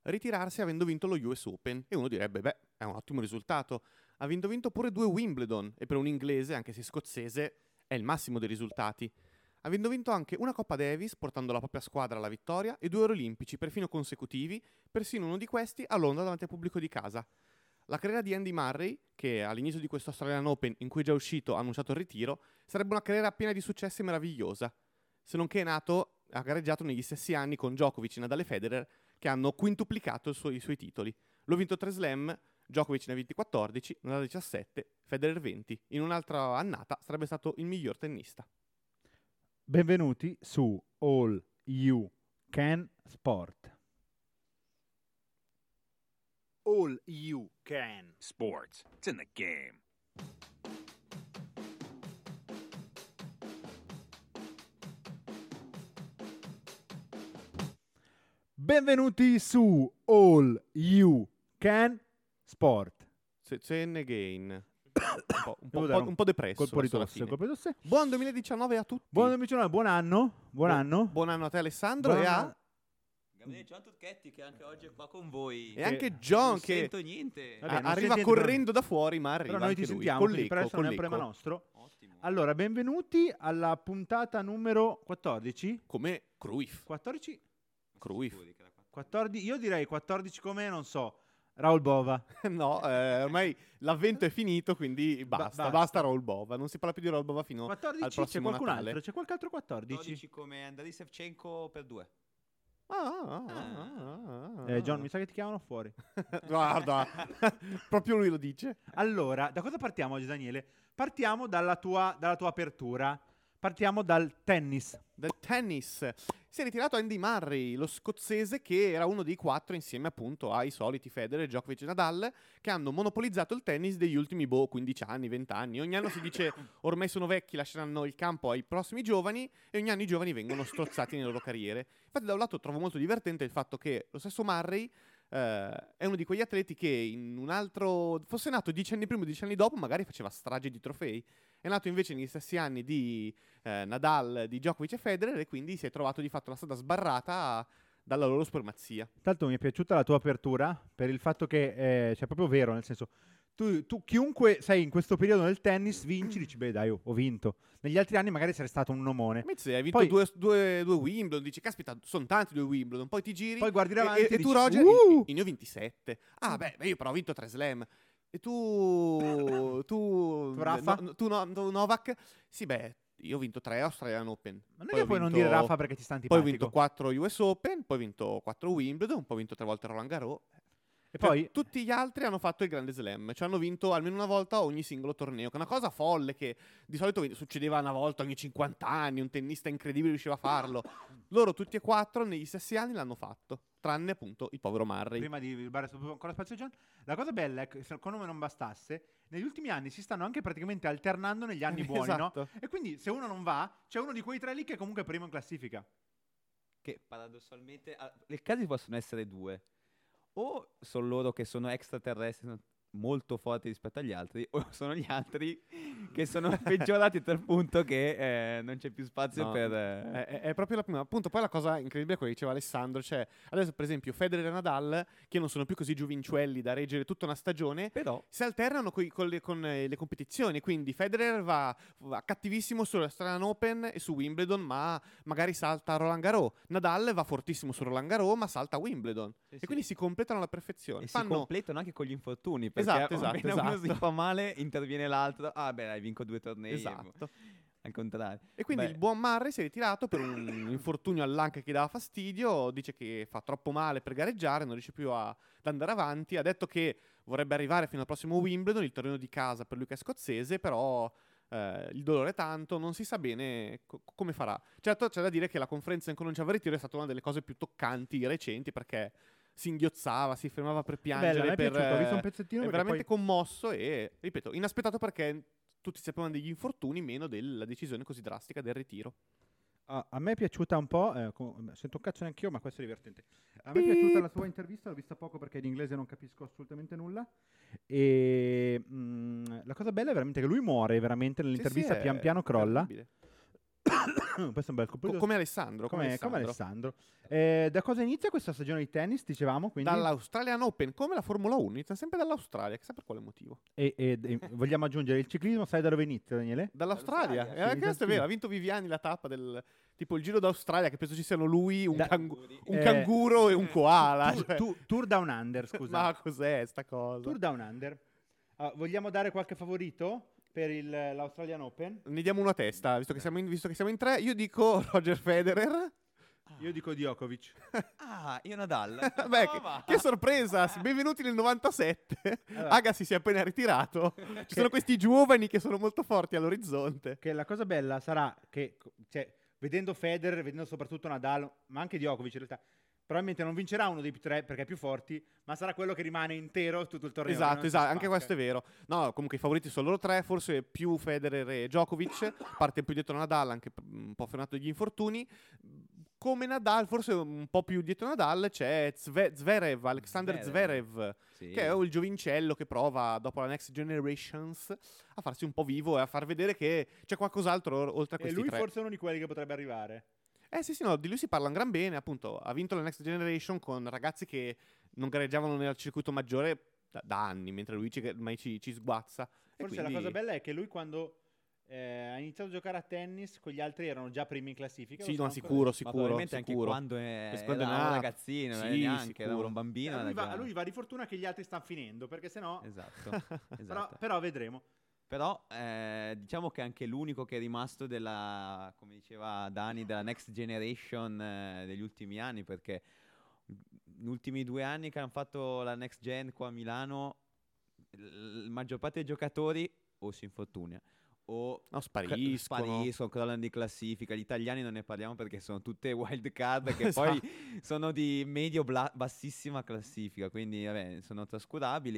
ritirarsi avendo vinto lo US Open. E uno direbbe, beh, è un ottimo risultato. Avendo vinto pure 2 Wimbledon, e per un inglese, anche se scozzese, è il massimo dei risultati. Avendo vinto anche una Coppa Davis, portando la propria squadra alla vittoria, e 2 Oro Olimpici, perfino consecutivi, persino uno di questi a Londra davanti al pubblico di casa. La carriera di Andy Murray, che all'inizio di questo Australian Open, in cui è già uscito, ha annunciato il ritiro, sarebbe una carriera piena di successi e meravigliosa. Se non che è nato, ha gareggiato negli stessi anni con Djokovic, Nadal e Federer, che hanno quintuplicato i suoi titoli. L'ho vinto 3 slam, Djokovic ne ha vinti 14, Nadal 17, Federer 20. In un'altra annata sarebbe stato il miglior tennista. Benvenuti su All You Can Sport. All You Can. Sports. It's in the game. Benvenuti su All You Can Sport. Cenne Gain. Un po' Colpo depresso. di tosse. Buon 2019 a tutti. Buon 2019, buon anno. Buon anno. Buon anno a te Alessandro Buon e anno. a... Gabriele John Turchetti che anche oggi è qua con voi. E anche John non che sento niente. Vabbè, non arriva sentite, correndo da fuori, ma arriva Però noi anche ti lui. sentiamo, Con quindi per l'eco, adesso non è con un problema l'eco. nostro. Ottimo. Allora, benvenuti alla puntata numero 14. Come Cruyff. 14? Cruyff. Sicuri che era qua? 14, io direi 14 come, non so, Raul Bova. No, ormai l'avvento è finito, quindi basta Raul Bova. Non si parla più di Raul Bova fino 14 al c'è prossimo qualcun Natale. altro? C'è qualche altro 14? 12 come Andriy Shevchenko per 2. John, mi sa che ti chiamano fuori. Guarda, proprio lui lo dice. Allora, da cosa partiamo oggi, Daniele? Partiamo dalla tua apertura. Partiamo dal tennis. Del tennis. Si è ritirato Andy Murray, lo scozzese che era uno dei 4 insieme appunto ai soliti Federer, Djokovic e Nadal, che hanno monopolizzato il tennis degli ultimi 15 anni, 20 anni. Ogni anno si dice ormai sono vecchi, lasceranno il campo ai prossimi giovani e ogni anno i giovani vengono strozzati nelle loro carriere. Infatti da un lato trovo molto divertente il fatto che lo stesso Murray è uno di quegli atleti che in un altro fosse nato 10 anni prima o 10 anni dopo magari faceva strage di trofei. È nato invece negli stessi anni di Nadal, di Djokovic e Federer e quindi si è trovato di fatto la strada sbarrata dalla loro supremazia. Tanto mi è piaciuta la tua apertura per il fatto che cioè proprio vero, nel senso tu chiunque sei in questo periodo nel tennis vinci, dici beh dai ho vinto. Negli altri anni magari sarei stato un nomone. Invece hai vinto Poi- due Wimbledon, dici caspita sono tanti 2 Wimbledon, poi ti giri Poi guardi davanti e e tu dici, Roger, ne ho 27. Ah beh, io però ho vinto 3 slam. E tu Rafa? tu Novak? Sì beh, io ho vinto 3 Australian Open. Ma non è che puoi non dire Rafa perché ti sta Poi ho antipatico. vinto 4 US Open, poi ho vinto 4 Wimbledon, poi ho vinto 3 volte Roland Garros. E poi Tutti gli altri hanno fatto il Grande Slam, cioè hanno vinto almeno una volta ogni singolo torneo, che è una cosa folle che di solito succedeva una volta ogni 50 anni, un tennista incredibile riusciva a farlo. Loro tutti e 4 negli stessi anni l'hanno fatto, tranne appunto il povero Murray. prima di rubare ancora spazio a John, la cosa bella è che secondo me non bastasse, negli ultimi anni si stanno anche praticamente alternando negli anni buoni, Esatto. no? E quindi se uno non va, c'è uno di quei 3 lì che comunque è primo in classifica. Che paradossalmente le casi possono essere 2. O sono loro che sono extraterrestri, sono molto forti rispetto agli altri, o sono gli altri che sono peggiorati a tal punto che non c'è più spazio No, per... è proprio la prima. Appunto, poi la cosa incredibile è quello che diceva Alessandro. Cioè, adesso, per esempio, Federer e Nadal, che non sono più così giovincelli da reggere tutta una stagione, Però si alternano con le competizioni. Quindi Federer va cattivissimo sull'Australian Open e su Wimbledon, ma magari salta a Roland Garros. Nadal va fortissimo su Roland Garros, ma salta a Wimbledon. sì, E sì. quindi si completano alla perfezione. E si completano anche con gli infortuni, perché Esatto, appena uno si esatto. fa male interviene l'altro. Ah beh dai, vinco 2 tornei. Esatto. Al contrario. E quindi Beh, il buon Murray si è ritirato per un infortunio all'anca che dava fastidio, dice che fa troppo male per gareggiare, non riesce più ad andare avanti, ha detto che vorrebbe arrivare fino al prossimo Wimbledon, il torneo di casa per lui che è scozzese, però il dolore è tanto, non si sa bene come farà. Certo c'è da dire che la conferenza in cui non c'era il ritiro è stata una delle cose più toccanti recenti perché si inghiozzava, si fermava per piangere, Bella, a me è piaciuto, ho visto un pezzettino è perché veramente poi- commosso e, ripeto, inaspettato perché tutti sapevano degli infortuni, meno della decisione così drastica del ritiro. A me è piaciuta un po', sento un cazzo neanch'io, ma questo è divertente. A me è piaciuta la sua intervista, l'ho vista poco perché in inglese non capisco assolutamente nulla. E la cosa bella è veramente che lui muore veramente nell'intervista, Sì, sì, pian è piano crolla. terribile. Questo è un bel colpo. Come Alessandro. Come Alessandro. Da cosa inizia questa stagione di tennis, dicevamo? Quindi? Dall'Australian Open, come la Formula 1, inizia sempre dall'Australia, chissà per quale motivo. E vogliamo aggiungere il ciclismo, sai da dove inizia, Daniele? Dall'Australia. Dall'Australia, Anche questo è vero, ha vinto Viviani la tappa del tipo il Giro d'Australia, che penso ci siano lui, un canguro e un koala. Tour Down Under, scusa. Ma cos'è sta cosa? Tour Down Under. Vogliamo dare qualche favorito per l'Australian Open? Ne diamo una a testa, visto che siamo in tre. Io dico Roger Federer. Io dico Djokovic. Io Nadal. Beh, che sorpresa! Benvenuti nel 97. Allora. Agassi si è appena ritirato. Ci sono questi giovani che sono molto forti all'orizzonte. Che la cosa bella sarà che, cioè, vedendo Federer, vedendo soprattutto Nadal, ma anche Djokovic in realtà, probabilmente non vincerà uno dei tre perché è più forti, ma sarà quello che rimane intero tutto il torneo. Esatto, anche questo è vero. No, comunque i favoriti sono loro tre, forse più Federer e Djokovic, parte più dietro Nadal, anche un po' frenato dagli infortuni. Come Nadal, forse un po' più dietro Nadal, c'è Alexander Zverev, Sì. che è il giovincello che prova, dopo la Next Generations, a farsi un po' vivo e a far vedere che c'è qualcos'altro oltre a E questi lui tre. forse è uno di quelli che potrebbe arrivare. Sì, no, di lui si parla un gran bene, appunto, ha vinto la Next Generation con ragazzi che non gareggiavano nel circuito maggiore da anni, mentre lui ormai ci sguazza. E Forse quindi la cosa bella è che lui quando ha iniziato a giocare a tennis, con gli altri erano già primi in classifica. Sì, lo no, sono sicuro, Ma probabilmente anche sicuro. quando Quando è era un nato. ragazzino, non Sì, era neanche, era sicuro. un bambino. ancora. era A già- lui va di fortuna che gli altri stanno finendo, perché sennò... Esatto, Però, esatto. però vedremo. Però diciamo che è anche l'unico che è rimasto della, come diceva Dani, della next generation degli ultimi anni, perché negli ultimi 2 anni che hanno fatto la next gen qua a Milano, la maggior parte dei giocatori o si infortuna o No, spariscono. crollano di classifica. Gli italiani non ne parliamo perché sono tutte wild card che Esatto. poi sono di bassissima classifica, quindi vabbè, sono trascurabili.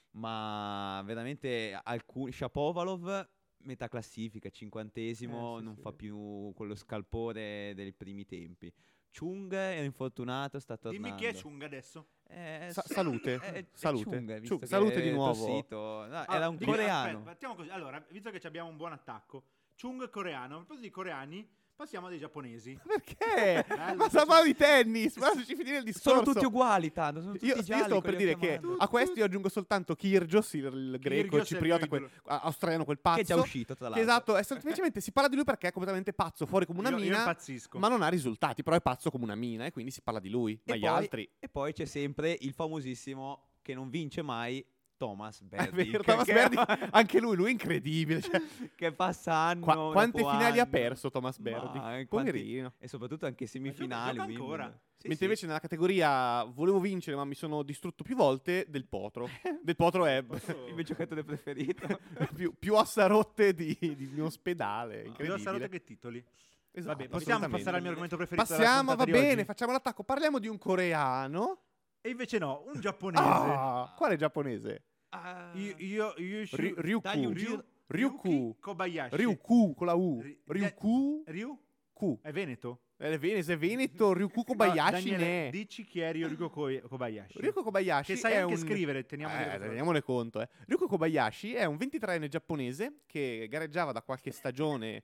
Ma veramente alcuni Shapovalov metà classifica, 50esimo, Sì, non sì. fa più quello scalpore dei primi tempi. Chung è infortunato, sta tornando. Dimmi chi è Chung adesso. Salute, è salute. Chung, visto Chung, che salute di è nuovo. tossito. No, Ah, era un dimmi- coreano. aspetta, partiamo così. Allora, visto che abbiamo un buon attacco, Chung coreano. A proposito di coreani, passiamo dei giapponesi. Perché? Bello, Ma sta parlando di tennis, ma lasciaci finire il discorso. Sono tutti uguali, tanto. Sono tutti Io gialli, stavo con per gli dire occhi che amaro. a questi io aggiungo soltanto Kyrgios, il greco, Kyrgios è il cipriota, mio idolo. australiano, quel pazzo. Che è già uscito, tra Che l'altro. esatto, è semplicemente si parla di lui perché è completamente pazzo, fuori come una Io mina, impazzisco. ma non ha risultati, però è pazzo come una mina e quindi si parla di lui. Ma E gli poi- altri... E poi c'è sempre il famosissimo che non vince mai, Thomas È Berdy. vero, Thomas Berdy, anche lui è incredibile. Cioè, che passa anno quante dopo finali ha anno. perso Thomas Ma, Berdy? quanti- Poverino. E soprattutto anche semifinali. gioca ancora? Wimbledon. Sì, Mentre sì. invece nella categoria volevo vincere ma mi sono distrutto più volte, Del Potro. Del Potro è il mio giocatore preferito. più ossa rotte di un ospedale, Io incredibile. saluto che titoli. Esatto, Vabbè, possiamo assolutamente. passare al mio argomento preferito. della Passiamo, va puntata di bene, oggi? facciamo l'attacco. Parliamo di un coreano. E invece no, un giapponese. Quale giapponese? Ah, Io Ryuku. dagli un giro. Ryuku. Kobayashi. Ryuku con la U. Ri- Ryuku. Ryu? Q. È Veneto? È Veneto. Ryuku Kobayashi No, Daniele, ne è. dici chi è Ryuko Kobayashi. Ryuko Kobayashi Che sai è anche un... scrivere, teniamone teniamone conto. Ryuko Kobayashi è un 23enne giapponese che gareggiava da qualche stagione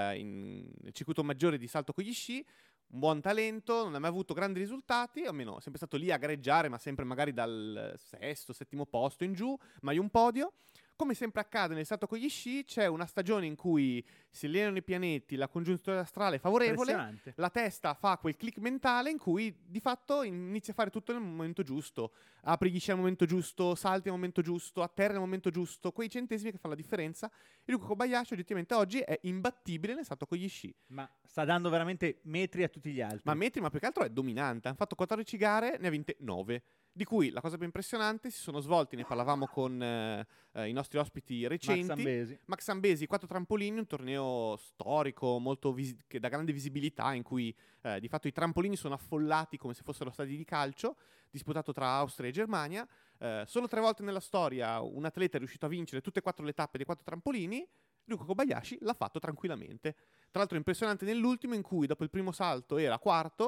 nel circuito maggiore di salto con gli sci. Un buon talento, non ha mai avuto grandi risultati, almeno è sempre stato lì a gareggiare, ma sempre magari dal sesto, settimo posto in giù, mai un podio. Come sempre accade nel salto con gli sci, c'è una stagione in cui si allineano i pianeti, la congiunzione astrale è favorevole, Impressionante. la testa fa quel click mentale in cui di fatto inizia a fare tutto nel momento giusto. Apri gli sci al momento giusto, salti al momento giusto, atterri al momento giusto, quei centesimi che fanno la differenza. E Ryuko Kobayashi oggettivamente oggi è imbattibile nel salto con gli sci. Ma sta dando veramente metri a tutti gli altri. Ma più che altro è dominante. Hanno fatto 14 gare, ne ha vinte 9. Di cui la cosa più impressionante si sono svolti, ne parlavamo con i nostri ospiti recenti. Max Zambesi. Max Zambesi, 4 trampolini, un torneo storico molto che dà grande visibilità in cui di fatto i trampolini sono affollati come se fossero stadi di calcio, disputato tra Austria e Germania. Solo 3 volte nella storia un atleta è riuscito a vincere tutte e 4 le tappe dei 4 trampolini. Ryuko Kobayashi l'ha fatto tranquillamente. Tra l'altro è impressionante nell'ultimo in cui dopo il primo salto era quarto,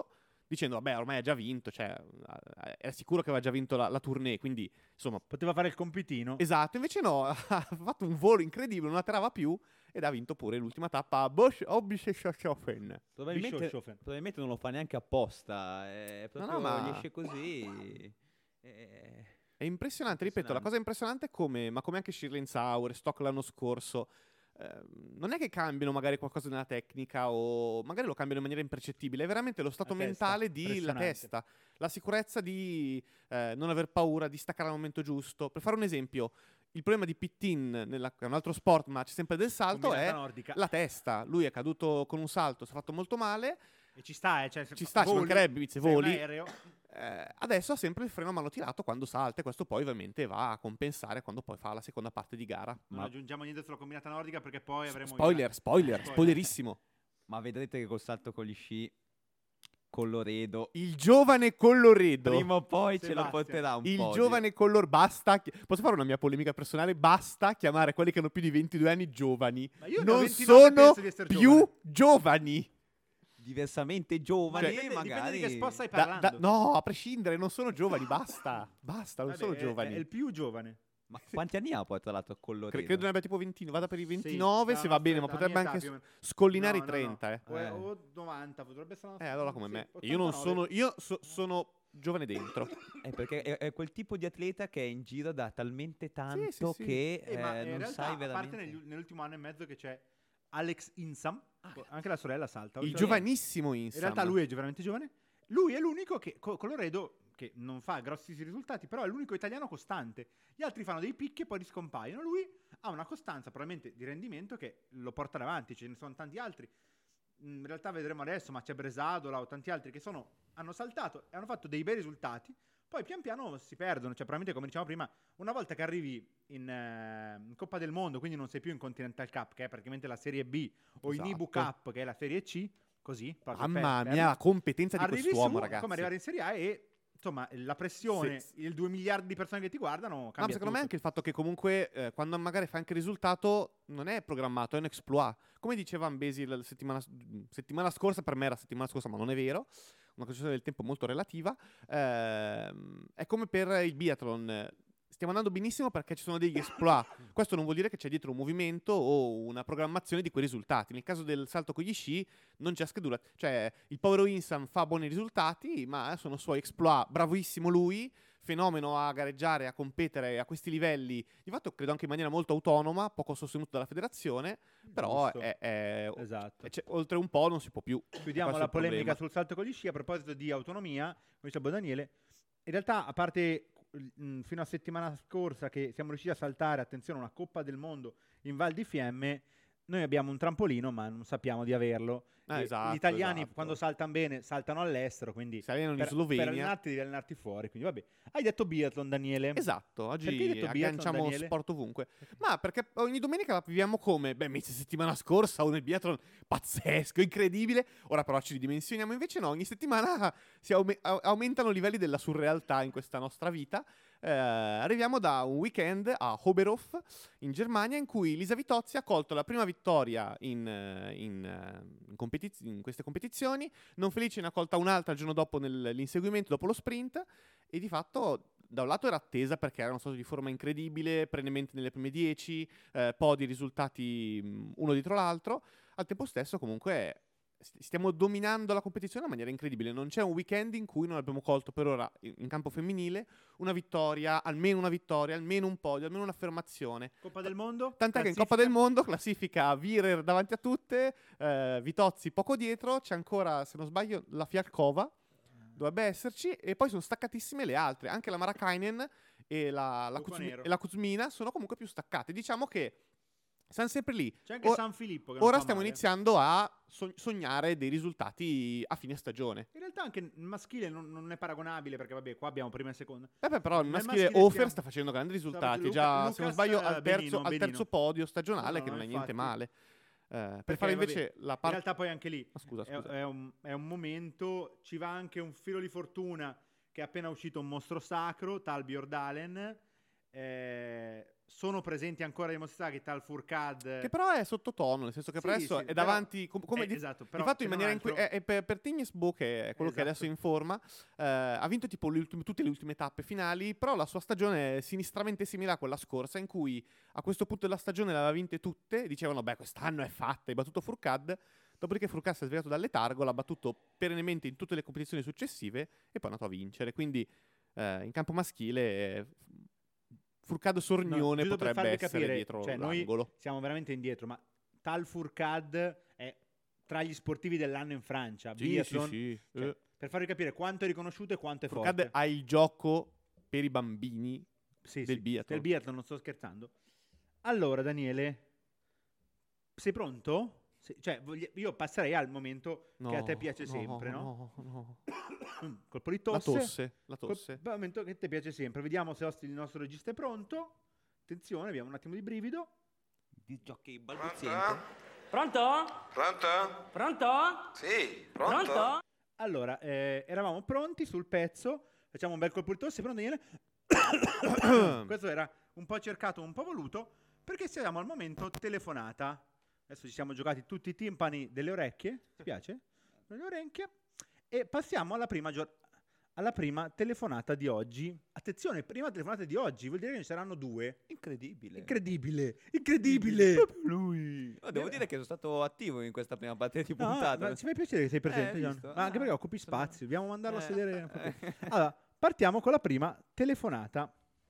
dicendo vabbè ormai ha già vinto, cioè era sicuro che aveva già vinto la tournée, quindi insomma Poteva fare il compitino. esatto, invece no, ha fatto un volo incredibile, non atterrava più ed ha vinto pure l'ultima tappa a Bosch Obischofshofen. Probabilmente non lo fa neanche apposta, proprio ma- gli esce così. È impressionante, ripeto, la cosa impressionante è come, ma come anche Shirley Sauer, Stock l'anno scorso, non è che cambiano magari qualcosa nella tecnica o magari lo cambiano in maniera impercettibile, è veramente lo stato La testa, mentale di la impressionante. testa, la sicurezza di non aver paura, di staccare al momento giusto. Per fare un esempio, il problema di Pittin, che è un altro sport ma c'è sempre del salto, Combinata è nordica. la testa. Lui è caduto con un salto, si è fatto molto male, E ci sta, cioè, ci sta, ci voli, mancherebbe, Viz, sei voli. un aereo. Adesso ha sempre il freno a mano tirato quando salta e questo poi ovviamente va a compensare quando poi fa la seconda parte di gara. Non aggiungiamo niente sulla combinata nordica perché poi avremo... Spoilerissimo. Ma vedrete che col salto con gli sci, con Loredo, Il giovane Colloredo. prima o poi ce lo Sebastian. porterà un Il po'. giovane Collor, basta. Posso fare una mia polemica personale? Basta chiamare quelli che hanno più di 22 anni giovani. Ma io ne ho Non 29 sono penso di essere più giovani. Diversamente giovani, dipende magari... di che sport stai Da- parlando. no, a prescindere, non sono giovani. Basta, non Vabbè, sono è giovani. il più giovane. Ma quanti anni ha poi tra l'altro con Loredo? Credo ne abbia tipo 20, vada per i Sì, 29 no, se no, va bene, ma aspetta, potrebbe la mia anche età più o meno. scollinare No, i no, 30. O 90, potrebbe essere... Allora come sì, me. Io non 89. sono, sono giovane dentro. Perché è quel tipo di atleta che è in giro da talmente tanto sì, sì. che Ma in non realtà, sai a parte veramente... nell'ultimo anno e mezzo che c'è Alex Insam, anche la sorella salta. Il Cioè, giovanissimo in Insam. realtà lui è veramente giovane. Lui è l'unico che, con Loredo, che non fa grossi risultati, però è l'unico italiano costante. Gli altri fanno dei picchi e poi riscompaiono. Lui ha una costanza, probabilmente di rendimento, che lo porta avanti. Ce ne sono tanti altri. In realtà vedremo adesso, ma c'è Bresadola o tanti altri che hanno saltato e hanno fatto dei bei risultati. Poi pian piano si perdono. Cioè, probabilmente, come dicevamo prima, una volta che arrivi in Coppa del Mondo, quindi non sei più in Continental Cup, che è praticamente la Serie B, o in Ibu Esatto. Cup, che è la Serie C, così. proprio Mamma per- mia, la competenza di arrivi quest'uomo, su, ragazzi. come arrivare in Serie A e insomma la pressione, Sì. il 2 miliardi di persone che ti guardano No, ma cambia secondo me tutto. anche il fatto che comunque quando magari fa anche il risultato non è programmato, è un exploit. Come diceva Ambesi la settimana scorsa, per me era settimana scorsa, ma non è vero, una concezione del tempo molto relativa, è come per il biathlon. Stiamo andando benissimo perché ci sono degli exploit. Questo non vuol dire che c'è dietro un movimento o una programmazione di quei risultati. Nel caso del salto con gli sci non c'è schedula. Cioè, il povero Insam fa buoni risultati, ma sono suoi exploit. Bravissimo lui, fenomeno a gareggiare, a competere a questi livelli. Di fatto credo anche in maniera molto autonoma, poco sostenuto dalla federazione, però Giusto. Esatto. oltre un po' non si può più. Chiudiamo Questo è la il polemica problema. sul salto con gli sci. A proposito di autonomia, come diceva Daniele, in realtà, a parte fino a settimana scorsa che siamo riusciti a saltare, attenzione, una Coppa del Mondo in Val di Fiemme, noi abbiamo un trampolino, ma non sappiamo di averlo. E Esatto, gli italiani, esatto. quando saltano bene, saltano all'estero, quindi Se allenano in per Slovenia. allenarti devi allenarti fuori. Quindi vabbè. Hai detto biathlon, Daniele? Esatto, Perché hai oggi detto biathlon, agganciamo Daniele? sport ovunque. Ma perché ogni domenica la viviamo come? Beh, inizia settimana scorsa o nel biathlon pazzesco, incredibile. Ora però ci ridimensioniamo. Invece no, ogni settimana aumentano i livelli della surrealtà in questa nostra vita. Arriviamo da un weekend a Oberhof in Germania in cui Lisa Vitozzi ha colto la prima vittoria in queste competizioni. Non felice ne ha colta un'altra il giorno dopo nell'inseguimento, dopo lo sprint, e di fatto da un lato era attesa perché era uno stato di forma incredibile, perennemente nelle prime 10, podi, risultati uno dietro l'altro. Al tempo stesso comunque stiamo dominando la competizione in maniera incredibile. Non c'è un weekend in cui non abbiamo colto per ora in campo femminile una vittoria, almeno un podio, almeno un'affermazione. Coppa del Mondo? Tant'è che in Classifica? Coppa del Mondo classifica Virer davanti a tutte, Vitozzi poco dietro, c'è ancora, se non sbaglio, la Fialkova, dovrebbe esserci, e poi sono staccatissime le altre. Anche la Marakainen e la Kuzmina sono comunque più staccate. Diciamo che stanno sempre lì. C'è anche San Filippo che non Ora fa stiamo male. iniziando a sognare dei risultati a fine stagione. In realtà anche il maschile non è paragonabile perché vabbè, qua abbiamo prima e seconda. Beh, però il Nel maschile maschile Hofer stiamo- sta facendo grandi Stava risultati. facendo Già, Lucas, se non sbaglio, al terzo benino. podio stagionale, No, che no, non è niente infatti. male. Per Perché, fare invece vabbè, la in parte... realtà poi anche lì Scusa. è un momento, ci va anche un filo di fortuna che è appena uscito un mostro sacro, Tal Bjordalen, sono presenti ancora le mostrate che tal Furcad, Che però è sottotono, nel senso che Sì, presso sì, è però- davanti, come esatto, di però fatto se in non maniera in cui altro- è per Tignes Bo, che è quello che Esatto. adesso è in forma, ha vinto tipo tutte le ultime tappe finali, però la sua stagione è sinistramente simile a quella scorsa, in cui a questo punto della stagione le aveva vinte tutte, e dicevano beh quest'anno è fatta, hai battuto Furcad, dopodiché Furcad si è svegliato dal letargo, l'ha battuto perennemente in tutte le competizioni successive e poi è andato a vincere, quindi in campo maschile Furcad Sornione giusto per potrebbe farvi essere capire, dietro cioè, noi l'angolo. siamo veramente indietro, ma tal Furcad è tra gli sportivi dell'anno in Francia. Sì, Biathlon, sì. cioè, per farvi capire quanto è riconosciuto e quanto è Furcad forte. ha il gioco per i bambini Sì, del sì, biathlon. del biathlon, non sto scherzando. Allora, Daniele, sei pronto? Cioè, io passerei al momento che a te piace sempre, no? No. Colpo di La tosse. tosse. Al momento che ti piace sempre. Vediamo se il nostro regista è pronto. Attenzione, abbiamo un attimo di brivido. Di giochi balbuziente. Pronto? Pronto? Pronto? Sì, pronto? Pronto? Allora, eravamo pronti sul pezzo. Facciamo un bel colpo di tosse, pronto Daniele? Questo era un po' cercato, un po' voluto, perché siamo al momento telefonata. Adesso ci siamo giocati tutti i timpani delle orecchie. Ti piace? Delle orecchie. E passiamo alla prima telefonata di oggi. Attenzione, prima telefonata di oggi, vuol dire che ne saranno due. Incredibile. Incredibile. Proprio lui. Devo dire che sono stato attivo in questa prima parte di No, puntata. ma ci fa piacere che sei presente, John. visto? Ma anche perché Ah, occupi sono- spazio. Dobbiamo mandarlo a sedere un po' più. eh. Allora, partiamo con la prima telefonata.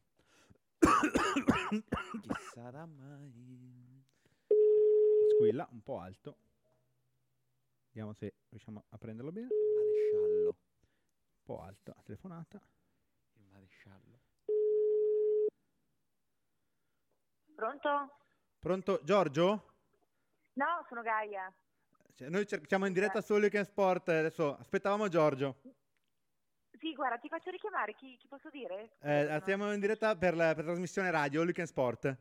Chi sarà mai? Squilla, un po' alto. Vediamo se riusciamo a prenderlo bene. Il maresciallo. Un po' alta la telefonata. Il maresciallo. Pronto? Pronto, Giorgio? No, sono Gaia. Cioè, noi siamo in diretta su Weekend Sport. Adesso aspettavamo Giorgio. Sì, guarda, ti faccio richiamare. Chi posso dire? Siamo in diretta per la trasmissione radio Weekend Sport.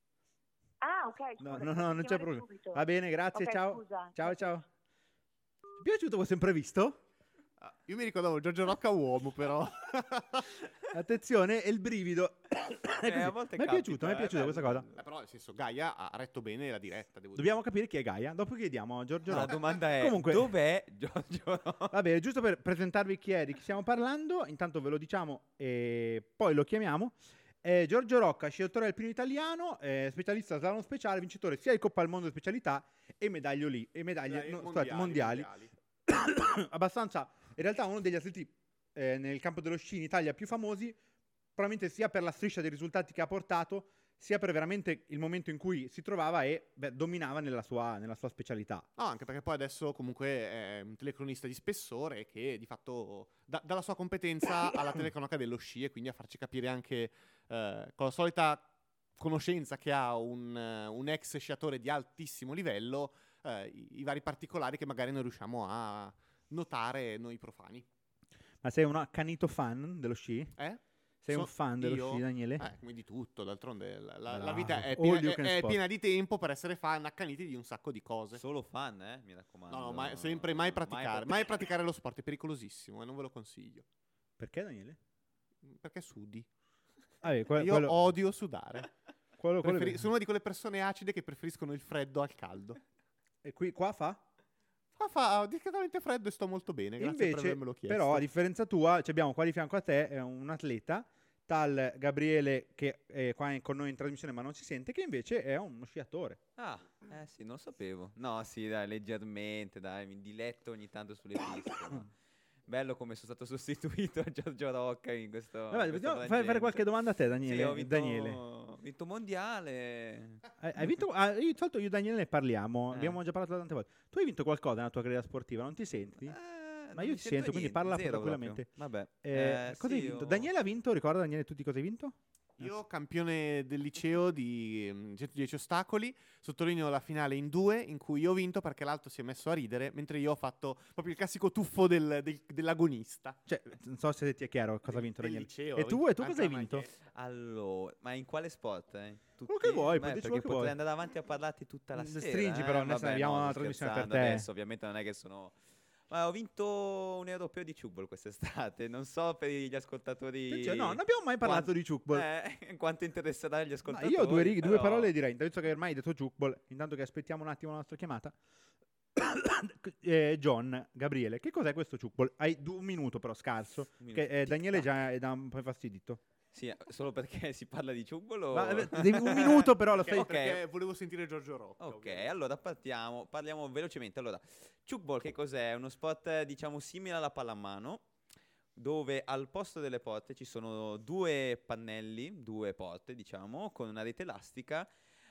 Ah, ok. No, scusa, no, ti posso non c'è chiamare problema. subito. Va bene, grazie, Ok, ciao. scusa. Ciao, ciao. Ti è piaciuto questo imprevisto? Io mi ricordavo Giorgio Rocca uomo, però. Attenzione, e il brivido. È così. a volte Mi è capita, piaciuto, mi è piaciuta questa cosa. Però, nel senso, Gaia ha retto bene la diretta, devo Dobbiamo capire chi è Gaia. Dopo chiediamo a Giorgio La Rocca. domanda è: Comunque- dov'è Giorgio? Va bene, giusto per presentarvi di chi stiamo parlando, intanto ve lo diciamo e poi lo chiamiamo. Giorgio Rocca, sciatore alpino italiano, specialista slalom speciale, vincitore sia di Coppa al Mondo specialità e medaglie mondiali. Abbastanza, in realtà uno degli atleti nel campo dello sci in Italia più famosi, probabilmente sia per la striscia dei risultati che ha portato, sia per veramente il momento in cui si trovava e dominava nella sua specialità. No, anche perché poi adesso comunque è un telecronista di spessore che di fatto dà la sua competenza alla telecronaca dello sci e quindi a farci capire anche con la solita conoscenza che ha un ex sciatore di altissimo livello i vari particolari che magari non riusciamo a notare noi profani. Ma sei un accanito fan dello sci? Sei un fan dello io? sci, Daniele? Come di tutto, d'altronde la Bravo. vita è All you can è sport. piena di tempo per essere fan accaniti di un sacco di cose. Solo fan, mi raccomando. No, ma sempre mai praticare. Mai praticare lo sport, è pericolosissimo e non ve lo consiglio. Perché, Daniele? Perché sudi. Vabbè, Io odio sudare. quello Sono una di quelle persone acide che preferiscono il freddo al caldo. E qua fa? Qua fa discretamente freddo e sto molto bene, grazie per Invece, avermelo chiesto. però, a differenza tua, ci abbiamo qua di fianco a te un atleta, tal Gabriele, che è qua con noi in trasmissione ma non si sente, che invece è uno sciatore. Ah, sì, non sapevo. No, sì, dai, leggermente, dai, mi diletto ogni tanto sulle piste. no. Bello come sono stato sostituito a Giorgio Rocca in questo. Vabbè, dobbiamo fare qualche domanda a te, Daniele. Sì, ho vinto, Daniele. ho vinto mondiale. Hai vinto? Di solito io e Daniele ne parliamo, Eh. abbiamo già parlato tante volte. Tu hai vinto qualcosa nella tua carriera sportiva, non ti senti? Ma io ti sento, quindi parla tranquillamente. Vabbè. Cosa hai vinto? Daniele ha vinto, ricorda Daniele tutti cosa hai vinto? Io, campione del liceo di 110 ostacoli, sottolineo la finale in 2, in cui io ho vinto perché l'altro si è messo a ridere, mentre io ho fatto proprio il classico tuffo dell'agonista. Cioè, non so se ti è chiaro cosa ha vinto Del Daniele. liceo, E tu anche cosa hai la vinto? Michael. Allora, ma in quale sport? Tutti? Quello che vuoi, puoi Beh, dirci perché quello che potrei vuoi. andare avanti a parlarti tutta la sera. Stringi però, adesso Vabbè, abbiamo no, una sto trasmissione per scherzando te. Adesso ovviamente non è che sono... Ho vinto un europeo di Ciubbol quest'estate. Non so per gli ascoltatori. Attenzione, no, non abbiamo mai parlato di Ciubbol. Quanto interesserà agli Ma ascoltatori. io due righe, due però- parole direi, visto che ormai hai detto Ciubbol, intanto che aspettiamo un attimo la nostra chiamata. John, Gabriele, che cos'è questo Ciubbol? Hai un minuto però scarso, Un che minuto. Daniele già è da un po' infastidito. Sì, solo perché si parla di Ciubbol o... Ma, un minuto però lo Perché, stai... Ok. perché volevo sentire Giorgio Rocca. Ok, ovviamente. allora parliamo velocemente. Allora, Ciubbol che cos'è? È uno sport diciamo simile alla pallamano, dove al posto delle porte ci sono due pannelli, due porte diciamo, con una rete elastica,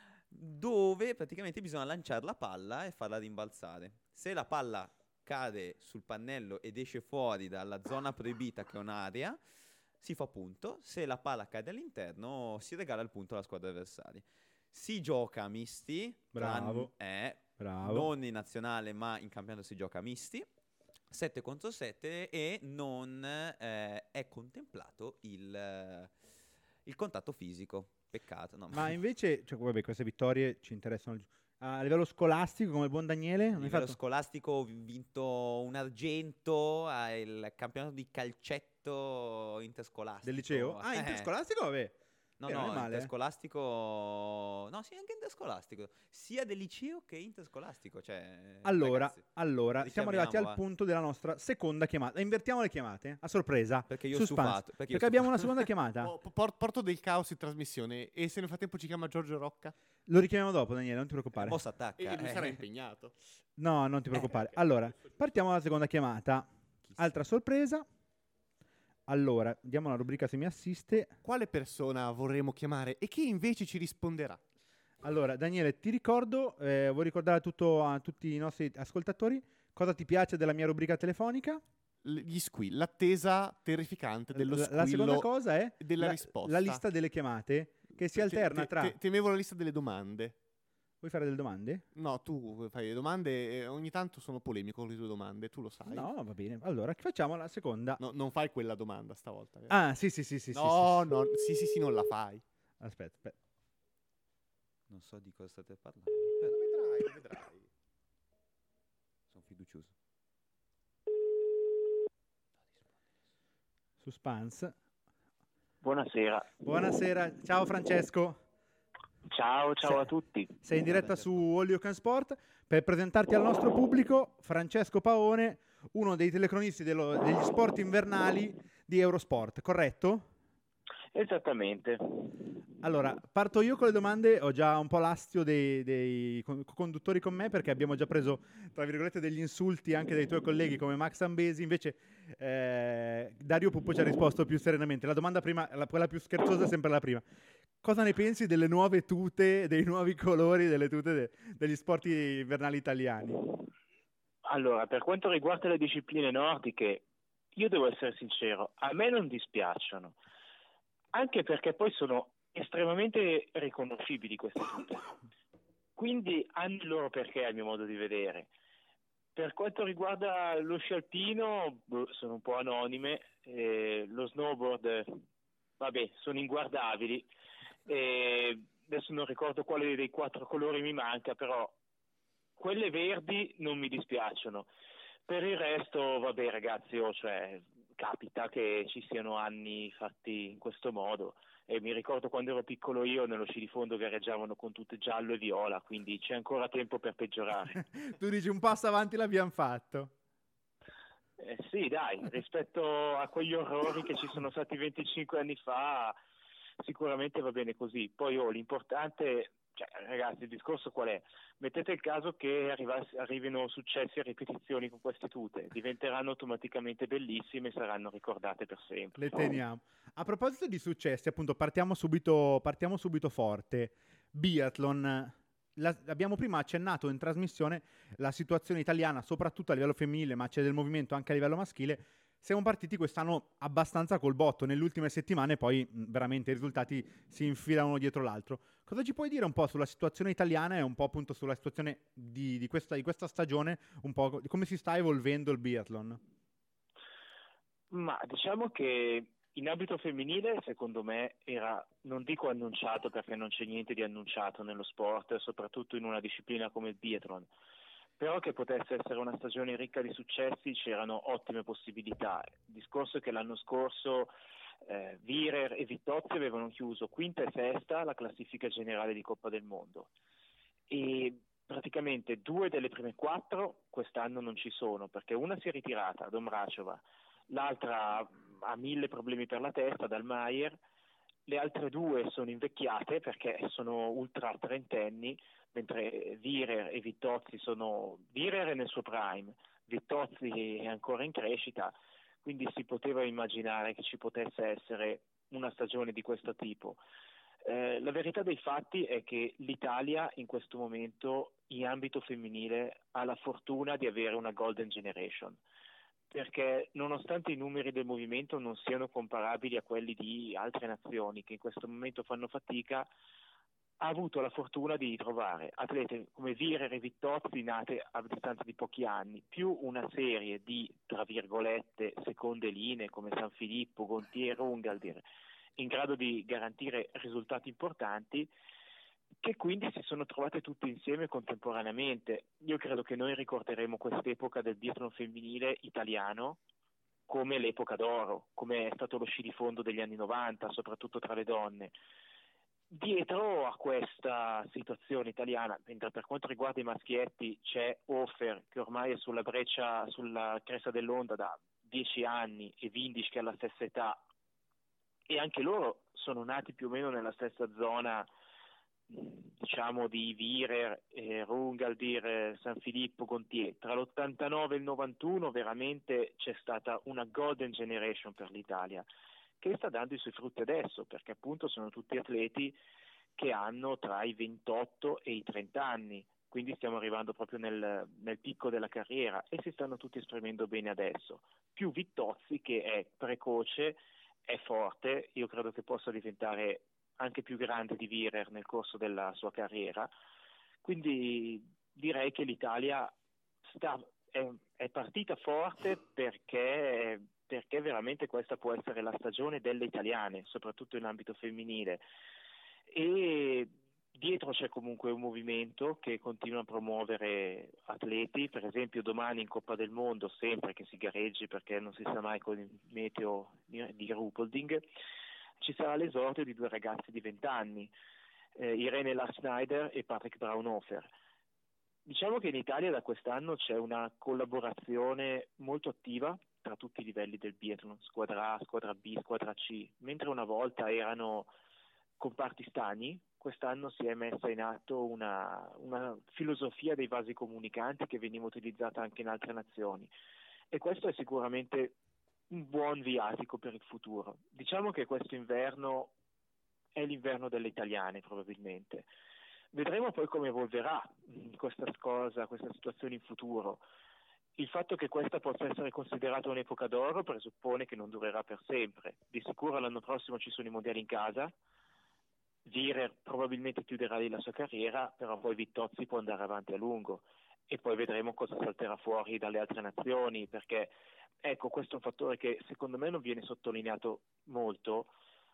dove praticamente bisogna lanciare la palla e farla rimbalzare. Se la palla cade sul pannello ed esce fuori dalla zona proibita, che è un'area, si fa punto. Se la palla cade all'interno, si regala il punto alla squadra avversaria. Si gioca a misti, Bravo. Bravo. non in nazionale ma in campionato si gioca a misti, 7 contro 7, e non è contemplato il contatto fisico. Peccato, no? Ma invece, cioè, vabbè, queste vittorie ci interessano. A livello scolastico, come il buon Daniele, A non hai livello fatto... scolastico ho vinto un argento al campionato di calcetto interscolastico. Del liceo? Ah, interscolastico, vabbè. No, non è no, male, interscolastico... No, sì, anche interscolastico. Sia del liceo che interscolastico. Cioè, Allora, ragazzi, siamo arrivati al richiamiamo, va. punto della nostra seconda chiamata. Invertiamo le chiamate, a sorpresa. Perché io ho Suspense. stufato. Perché io Perché abbiamo una seconda chiamata. Porto del caos in trasmissione e se nel frattempo ci chiama Giorgio Rocca Lo richiamiamo dopo, Daniele, non ti preoccupare. Mossa attacca. e lui sarà impegnato. No, non ti preoccupare. Allora, partiamo dalla seconda chiamata. Altra sorpresa. Allora, diamo una rubrica se mi assiste. Quale persona vorremmo chiamare e chi invece ci risponderà? Allora, Daniele, ti ricordo, vuoi ricordare a tutti i nostri ascoltatori cosa ti piace della mia rubrica telefonica? Gli squilli, l'attesa terrificante dello squillo. La seconda cosa è della risposta. la lista delle chiamate che si alterna tra... Temevo la lista delle domande. Vuoi fare delle domande? No, tu fai le domande e ogni tanto sono polemico con le tue domande, tu lo sai. No, va bene. Allora, facciamo la seconda. No, non fai quella domanda stavolta. vero? Ah, sì. No, no, sì, non la fai. Aspetta. Non so di cosa state parlando. Lo vedrai. Sono fiducioso. Suspense. Buonasera. Buonasera, ciao Francesco. Ciao a tutti. Sei in diretta su All You Can Sport per presentarti al nostro pubblico Francesco Paone, uno dei telecronisti degli sport invernali di Eurosport, corretto? Esattamente. Allora, parto io con le domande, ho già un po' l'astio dei conduttori con me perché abbiamo già preso, tra virgolette, degli insulti anche dai tuoi colleghi come Max Ambesi, invece Dario Puppo ci ha risposto più serenamente. La domanda prima, quella più scherzosa è sempre la prima. Cosa ne pensi delle nuove tute, dei nuovi colori delle tute degli sport invernali italiani? Allora, per quanto riguarda le discipline nordiche, io devo essere sincero, a me non dispiacciono, anche perché poi sono estremamente riconoscibili queste tute. Quindi hanno il loro perché, a mio modo di vedere. Per quanto riguarda lo sci alpino, sono un po' anonime, lo snowboard, vabbè, sono inguardabili. Adesso non ricordo quale dei 4 colori mi manca, però quelle verdi non mi dispiacciono. Per il resto, vabbè ragazzi, cioè, capita che ci siano anni fatti in questo modo, e mi ricordo quando ero piccolo io nello sci di fondo gareggiavano con tutte giallo e viola, quindi c'è ancora tempo per peggiorare. Tu dici un passo avanti l'abbiamo fatto. Sì, dai, rispetto a quegli orrori che ci sono stati 25 anni fa, sicuramente va bene così. Poi l'importante, cioè, ragazzi, il discorso qual è? Mettete il caso che arrivino successi e ripetizioni con queste tute, diventeranno automaticamente bellissime e saranno ricordate per sempre. Le teniamo. A proposito di successi, appunto, partiamo subito forte. Biathlon. Abbiamo prima accennato in trasmissione la situazione italiana, soprattutto a livello femminile, ma c'è del movimento anche a livello maschile. Siamo partiti quest'anno abbastanza col botto, nelle ultime settimane poi veramente i risultati si infilano uno dietro l'altro. Cosa ci puoi dire un po' sulla situazione italiana e un po' appunto sulla situazione di questa stagione, un po' di come si sta evolvendo il biathlon? Ma diciamo che in ambito femminile, secondo me, era, non dico annunciato perché non c'è niente di annunciato nello sport, soprattutto in una disciplina come il biathlon, però che potesse essere una stagione ricca di successi c'erano ottime possibilità. Il discorso è che l'anno scorso Virer e Vittozzi avevano chiuso quinta e sesta la classifica generale di Coppa del Mondo e praticamente 2 delle prime 4 quest'anno non ci sono, perché una si è ritirata, Domrachova, l'altra ha 1000 problemi per la testa, Dalmayer, le altre 2 sono invecchiate perché sono ultra trentenni, mentre Virer e Vittozzi Virer è nel suo prime, Vittozzi è ancora in crescita, quindi si poteva immaginare che ci potesse essere una stagione di questo tipo. La verità dei fatti è che l'Italia in questo momento in ambito femminile ha la fortuna di avere una golden generation, perché nonostante i numeri del movimento non siano comparabili a quelli di altre nazioni che in questo momento fanno fatica, ha avuto la fortuna di trovare atlete come Virer e Vittozzi nate a distanza di pochi anni, più una serie di, tra virgolette, seconde linee come San Filippo, Gontier, Ungaldir, in grado di garantire risultati importanti, che quindi si sono trovate tutte insieme contemporaneamente. Io credo che noi ricorderemo quest'epoca del biathlon femminile italiano come l'epoca d'oro, come è stato lo sci di fondo degli anni 90, soprattutto tra le donne. Dietro a questa situazione italiana, mentre per quanto riguarda i maschietti c'è Hofer che ormai è sulla cresta dell'onda da 10 anni e Windisch che ha la stessa età, e anche loro sono nati più o meno nella stessa zona, diciamo, di Virer, Rungaldir, San Filippo, Gontier. Tra l'89 e il 91 veramente c'è stata una golden generation per l'Italia, che sta dando i suoi frutti adesso, perché appunto sono tutti atleti che hanno tra i 28 e i 30 anni, quindi stiamo arrivando proprio nel picco della carriera e si stanno tutti esprimendo bene adesso. Più Vittozzi che è precoce, è forte, io credo che possa diventare anche più grande di Virer nel corso della sua carriera, quindi direi che l'Italia è partita forte perché veramente questa può essere la stagione delle italiane, soprattutto in ambito femminile, e dietro c'è comunque un movimento che continua a promuovere atleti. Per esempio domani in Coppa del Mondo, sempre che si gareggi perché non si sa mai con il meteo di Ruhpolding, ci sarà l'esordio di 2 ragazzi di 20 anni, Irene Lassnyder e Patrick Braunhofer. Diciamo che in Italia da quest'anno c'è una collaborazione molto attiva tra tutti i livelli del biathlon, squadra A, squadra B, squadra C, mentre una volta erano comparti stagni, quest'anno si è messa in atto una filosofia dei vasi comunicanti che veniva utilizzata anche in altre nazioni, e questo è sicuramente un buon viatico per il futuro. Diciamo che questo inverno è l'inverno delle italiane probabilmente. Vedremo poi come evolverà questa situazione in futuro. Il fatto che questa possa essere considerata un'epoca d'oro presuppone che non durerà per sempre. Di sicuro l'anno prossimo ci sono i mondiali in casa, Virer probabilmente chiuderà lì la sua carriera, però poi Vittozzi può andare avanti a lungo e poi vedremo cosa salterà fuori dalle altre nazioni, perché ecco, questo è un fattore che secondo me non viene sottolineato molto.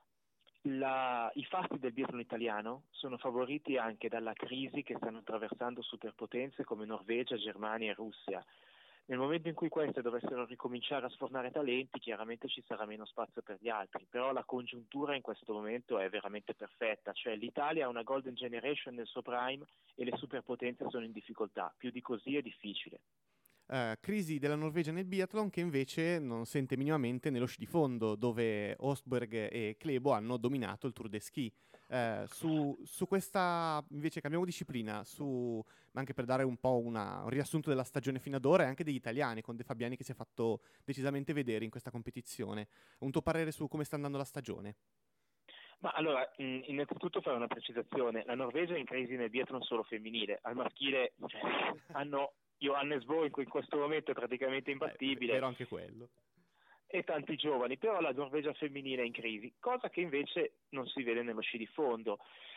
I fasti del biathlon italiano sono favoriti anche dalla crisi che stanno attraversando superpotenze come Norvegia, Germania e Russia. Nel momento in cui queste dovessero ricominciare a sfornare talenti, chiaramente ci sarà meno spazio per gli altri, però la congiuntura in questo momento è veramente perfetta, cioè l'Italia ha una golden generation nel suo prime e le superpotenze sono in difficoltà, più di così è difficile. Crisi della Norvegia nel biathlon che invece non sente minimamente nello sci di fondo, dove Ostberg e Klæbo hanno dominato il Tour de Ski. Su questa invece cambiamo disciplina, ma anche per dare un po' un riassunto della stagione fino ad ora e anche degli italiani, con De Fabiani che si è fatto decisamente vedere in questa competizione. Un tuo parere su come sta andando la stagione? Ma allora, innanzitutto fare una precisazione: la Norvegia è in crisi nel biathlon solo femminile, al maschile hanno Johannes Bo in questo momento è praticamente imbattibile. Vero anche quello. E tanti giovani, però la Norvegia femminile è in crisi, cosa che invece non si vede nello sci di fondo.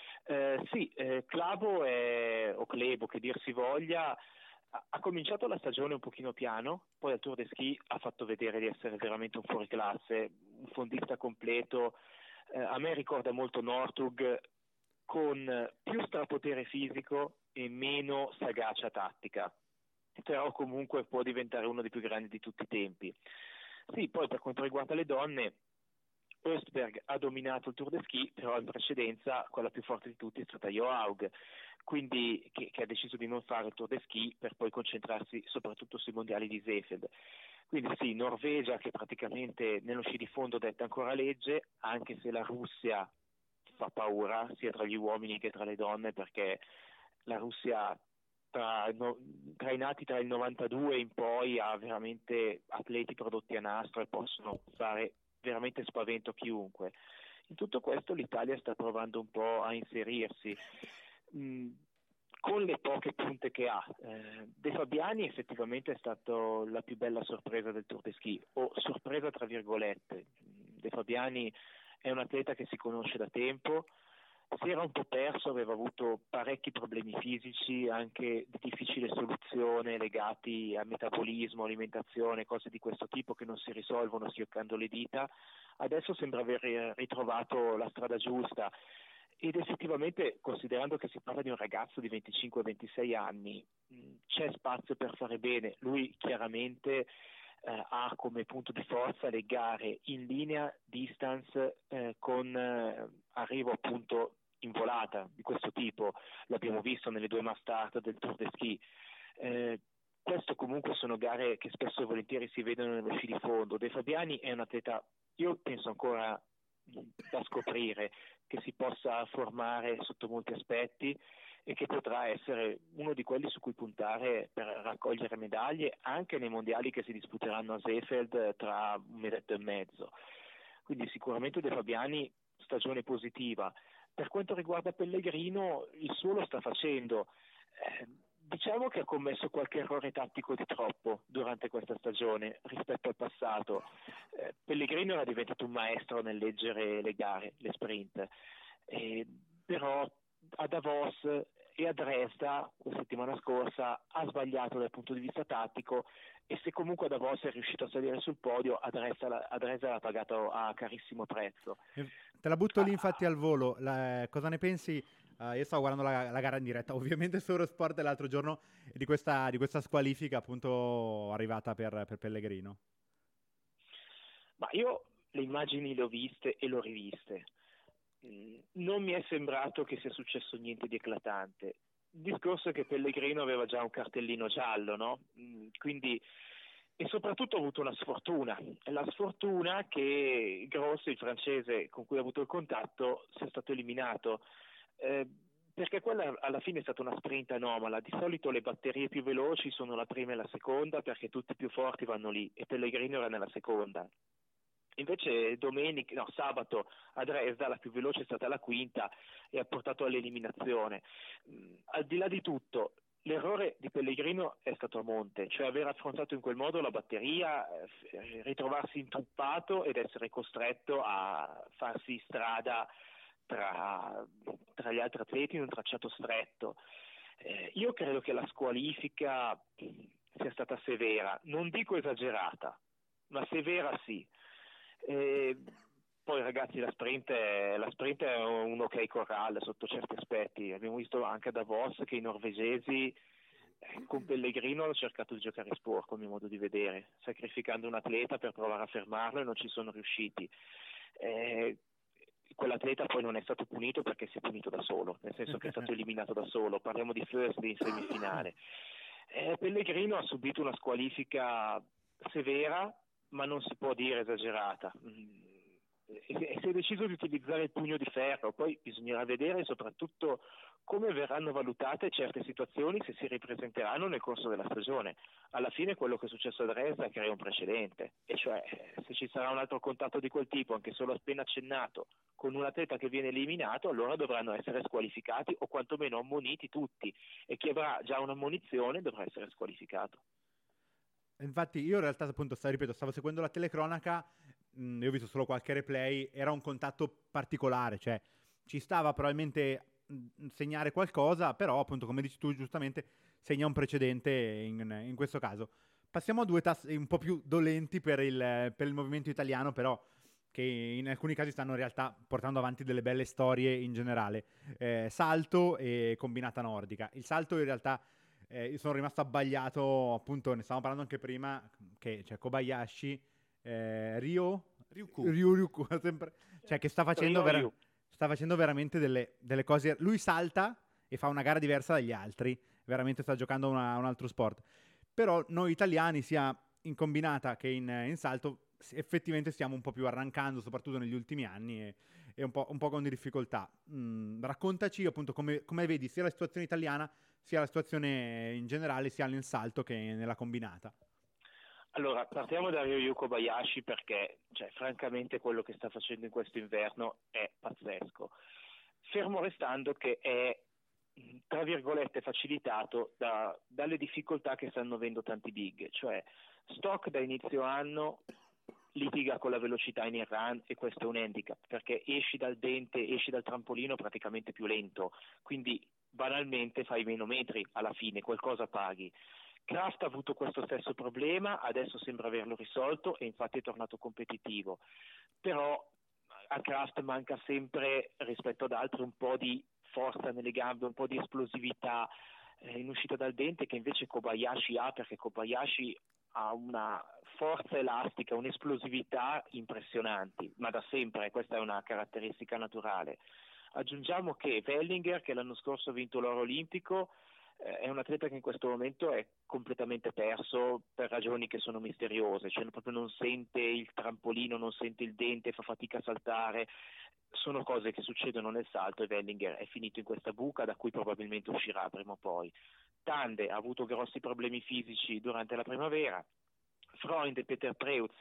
Klæbo che dir si voglia, ha cominciato la stagione un pochino piano, poi al Tour de Ski ha fatto vedere di essere veramente un fuoriclasse, un fondista completo. A me ricorda molto Northug, con più strapotere fisico e meno sagacia tattica. però comunque può diventare uno dei più grandi di tutti i tempi. Sì, poi per quanto riguarda le donne, Østberg ha dominato il Tour de Ski, però in precedenza quella più forte di tutti è stata Johaug, quindi che ha deciso di non fare il Tour de Ski per poi concentrarsi soprattutto sui mondiali di Seefeld. Quindi sì, Norvegia che praticamente nello sci di fondo detta ancora legge, anche se la Russia fa paura sia tra gli uomini che tra le donne, perché la Russia tra i nati tra il 92 in poi ha veramente atleti prodotti a nastro e possono fare veramente spavento a chiunque. In tutto questo l'Italia sta provando un po' a inserirsi con le poche punte che ha. De Fabiani effettivamente è stato la più bella sorpresa del Tour de Ski, o sorpresa tra virgolette. De Fabiani è un atleta che si conosce da tempo, si era un po' perso, aveva avuto parecchi problemi fisici, anche di difficile soluzione, legati a metabolismo, alimentazione, cose di questo tipo che non si risolvono schioccando le dita. Adesso sembra aver ritrovato la strada giusta ed effettivamente, considerando che si parla di un ragazzo di 25-26 anni, c'è spazio per fare bene. Lui chiaramente ha come punto di forza le gare in linea, distance, con arrivo appunto in volata di questo tipo. L'abbiamo visto nelle 2 mass start del Tour de Ski. Questo comunque sono gare che spesso e volentieri si vedono nello sci di fondo. De Fabiani è un atleta, io penso ancora da scoprire, che si possa formare sotto molti aspetti e che potrà essere uno di quelli su cui puntare per raccogliere medaglie anche nei mondiali che si disputeranno a Seefeld tra un mesetto e mezzo. Quindi sicuramente De Fabiani stagione positiva. Per quanto riguarda Pellegrino, il suo lo sta facendo. Diciamo che ha commesso qualche errore tattico di troppo durante questa stagione rispetto al passato. Pellegrino era diventato un maestro nel leggere le gare, le sprint, però a Davos e a Dresda la settimana scorsa ha sbagliato dal punto di vista tattico, e se comunque a Davos è riuscito a salire sul podio, a Dresda l'ha pagato a carissimo prezzo. Te la butto lì infatti al volo. Cosa ne pensi? Io stavo guardando la gara in diretta, ovviamente su Eurosport l'altro giorno, di questa squalifica appunto arrivata per Pellegrino. Ma io le immagini le ho viste e le ho riviste. Non mi è sembrato che sia successo niente di eclatante. Il discorso è che Pellegrino aveva già un cartellino giallo, no? Quindi, e soprattutto ha avuto una sfortuna. La sfortuna che Gross, il francese con cui ha avuto il contatto, sia stato eliminato. Perché quella alla fine è stata una sprint anomala. Di solito le batterie più veloci sono la prima e la seconda, perché tutti i più forti vanno lì, e Pellegrino era nella seconda. Invece sabato a Dresda la più veloce è stata la quinta e ha portato all'eliminazione. Al di là di tutto, l'errore di Pellegrino è stato a monte, cioè aver affrontato in quel modo la batteria, ritrovarsi intruppato ed essere costretto a farsi strada tra gli altri atleti in un tracciato stretto. Io credo che la squalifica sia stata severa, non dico esagerata, ma severa sì. Poi ragazzi, la sprint è un ok corral sotto certi aspetti. Abbiamo visto anche a Davos che i norvegesi con Pellegrino hanno cercato di giocare sporco, a mio modo di vedere, sacrificando un atleta per provare a fermarlo, e non ci sono riusciti. Quell'atleta poi non è stato punito perché si è punito da solo, nel senso che è stato eliminato da solo. Parliamo di First in semifinale. Pellegrino ha subito una squalifica severa, ma non si può dire esagerata. E si è deciso di utilizzare il pugno di ferro. Poi bisognerà vedere soprattutto come verranno valutate certe situazioni, se si ripresenteranno nel corso della stagione. Alla fine quello che è successo a Dresda crea un precedente, e cioè se ci sarà un altro contatto di quel tipo, anche solo appena accennato, con un atleta che viene eliminato, allora dovranno essere squalificati o quantomeno ammoniti tutti, e chi avrà già un'ammonizione dovrà essere squalificato. Infatti io in realtà appunto stavo seguendo la telecronaca, io ho visto solo qualche replay, era un contatto particolare, cioè ci stava probabilmente segnare qualcosa, però appunto come dici tu giustamente segna un precedente in questo caso. Passiamo a due tassi un po' più dolenti per il movimento italiano, però che in alcuni casi stanno in realtà portando avanti delle belle storie in generale. Salto e combinata nordica. Il salto in realtà io sono rimasto abbagliato, appunto, ne stavamo parlando anche prima, che c'è Kobayashi, Ryuku, sempre, cioè che sta facendo, sta facendo veramente delle cose. Lui salta e fa una gara diversa dagli altri, veramente sta giocando un altro sport. Però noi italiani, sia in combinata che in salto, effettivamente stiamo un po' più arrancando, soprattutto negli ultimi anni, e un po' con difficoltà. Raccontaci appunto come vedi sia la situazione italiana, sia la situazione in generale, sia nel salto che nella combinata. Allora, partiamo da Ryu Kobayashi perché, cioè, francamente quello che sta facendo in questo inverno è pazzesco. Fermo restando che è, tra virgolette, facilitato dalle difficoltà che stanno avendo tanti big. Cioè, Stock da inizio anno litiga con la velocità in Iran e questo è un handicap perché esci dal dente, esci dal trampolino praticamente più lento, quindi banalmente fai meno metri alla fine, qualcosa paghi. Kraft ha avuto questo stesso problema, adesso sembra averlo risolto e infatti è tornato competitivo, però a Kraft manca sempre rispetto ad altri un po' di forza nelle gambe, un po' di esplosività in uscita dal dente che invece Kobayashi ha, perché Kobayashi ha una forza elastica, un'esplosività impressionanti, ma da sempre, questa è una caratteristica naturale. Aggiungiamo che Wellinger, che l'anno scorso ha vinto l'oro olimpico, è un atleta che in questo momento è completamente perso per ragioni che sono misteriose, cioè proprio non sente il trampolino, non sente il dente, fa fatica a saltare, sono cose che succedono nel salto e Wellinger è finito in questa buca da cui probabilmente uscirà prima o poi. Tande ha avuto grossi problemi fisici durante la primavera, Freund e Peter Preutz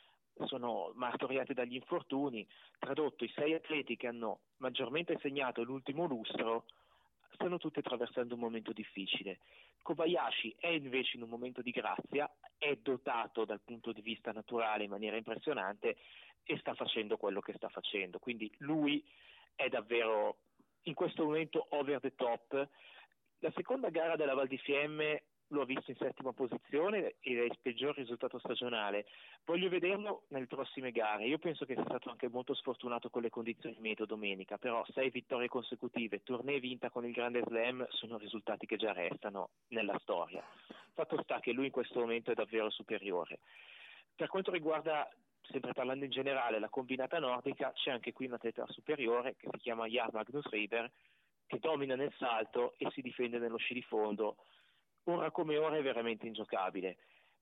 sono martoriati dagli infortuni, tradotto i 6 atleti che hanno maggiormente segnato l'ultimo lustro stanno tutti attraversando un momento difficile. Kobayashi è invece in un momento di grazia, è dotato dal punto di vista naturale in maniera impressionante e sta facendo quello che sta facendo, quindi lui è davvero in questo momento over the top. La seconda gara della Val di Fiemme lo ha visto in 7ª posizione ed è il peggior risultato stagionale. Voglio vederlo nelle prossime gare. Io penso che sia stato anche molto sfortunato con le condizioni meteo domenica, però 6 vittorie consecutive, tournée vinta con il Grande Slam, sono risultati che già restano nella storia. Fatto sta che lui in questo momento è davvero superiore. Per quanto riguarda, sempre parlando in generale, la combinata nordica, c'è anche qui un atleta superiore che si chiama Jar Magnus Riber, che domina nel salto e si difende nello sci di fondo. Ora come ora è veramente ingiocabile.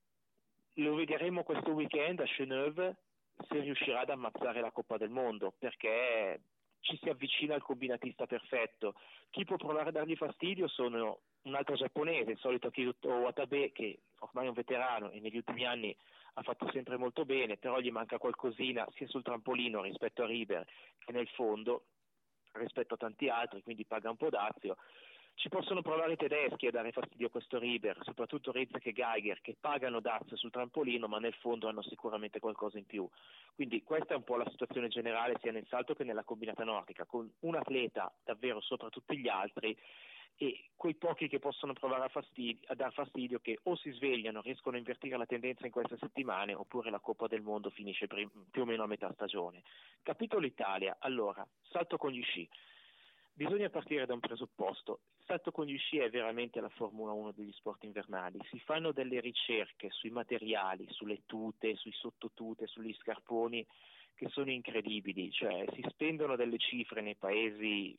Lo vedremo questo weekend a Genève se riuscirà ad ammazzare la Coppa del Mondo, perché ci si avvicina al combinatista perfetto. Chi può provare a dargli fastidio sono un altro giapponese, il solito Akihito Watabe, che ormai è un veterano e negli ultimi anni ha fatto sempre molto bene, però gli manca qualcosina sia sul trampolino rispetto a Riber che nel fondo rispetto a tanti altri, quindi paga un po' dazio. Ci possono provare i tedeschi a dare fastidio a questo Riber, soprattutto Rizek e Geiger, che pagano dazio sul trampolino ma nel fondo hanno sicuramente qualcosa in più. Quindi questa è un po' la situazione generale sia nel salto che nella combinata nordica, con un atleta davvero sopra tutti gli altri e quei pochi che possono provare a dar fastidio che o si svegliano, riescono a invertire la tendenza in queste settimane oppure la Coppa del Mondo finisce più o meno a metà stagione. Capitolo Italia, allora, salto con gli sci. Bisogna partire da un presupposto. Il salto con gli sci è veramente la Formula 1 degli sport invernali. Si fanno delle ricerche sui materiali, sulle tute, sui sottotute, sugli scarponi che sono incredibili. Cioè si spendono delle cifre nei paesi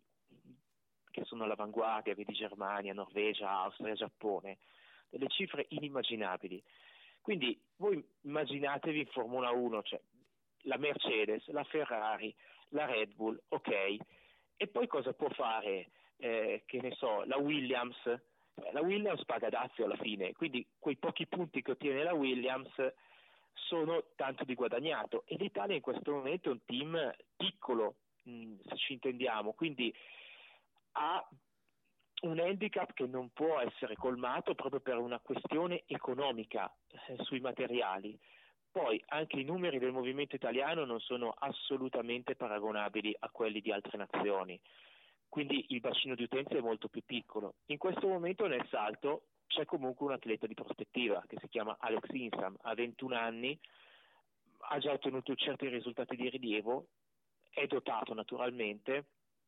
che sono all'avanguardia, vedi Germania, Norvegia, Austria, Giappone, delle cifre inimmaginabili. Quindi voi immaginatevi in Formula 1, cioè la Mercedes, la Ferrari, la Red Bull, ok. E poi cosa può fare, che ne so, la Williams? La Williams paga dazio alla fine, quindi quei pochi punti che ottiene la Williams sono tanto di guadagnato. E l'Italia in questo momento è un team piccolo, se ci intendiamo, quindi ha un handicap che non può essere colmato proprio per una questione economica sui materiali. Poi anche i numeri del movimento italiano non sono assolutamente paragonabili a quelli di altre nazioni, quindi il bacino di utenza è molto più piccolo. In questo momento nel salto c'è comunque un atleta di prospettiva che si chiama Alex Insam, ha 21 anni, ha già ottenuto certi risultati di rilievo, è dotato naturalmente,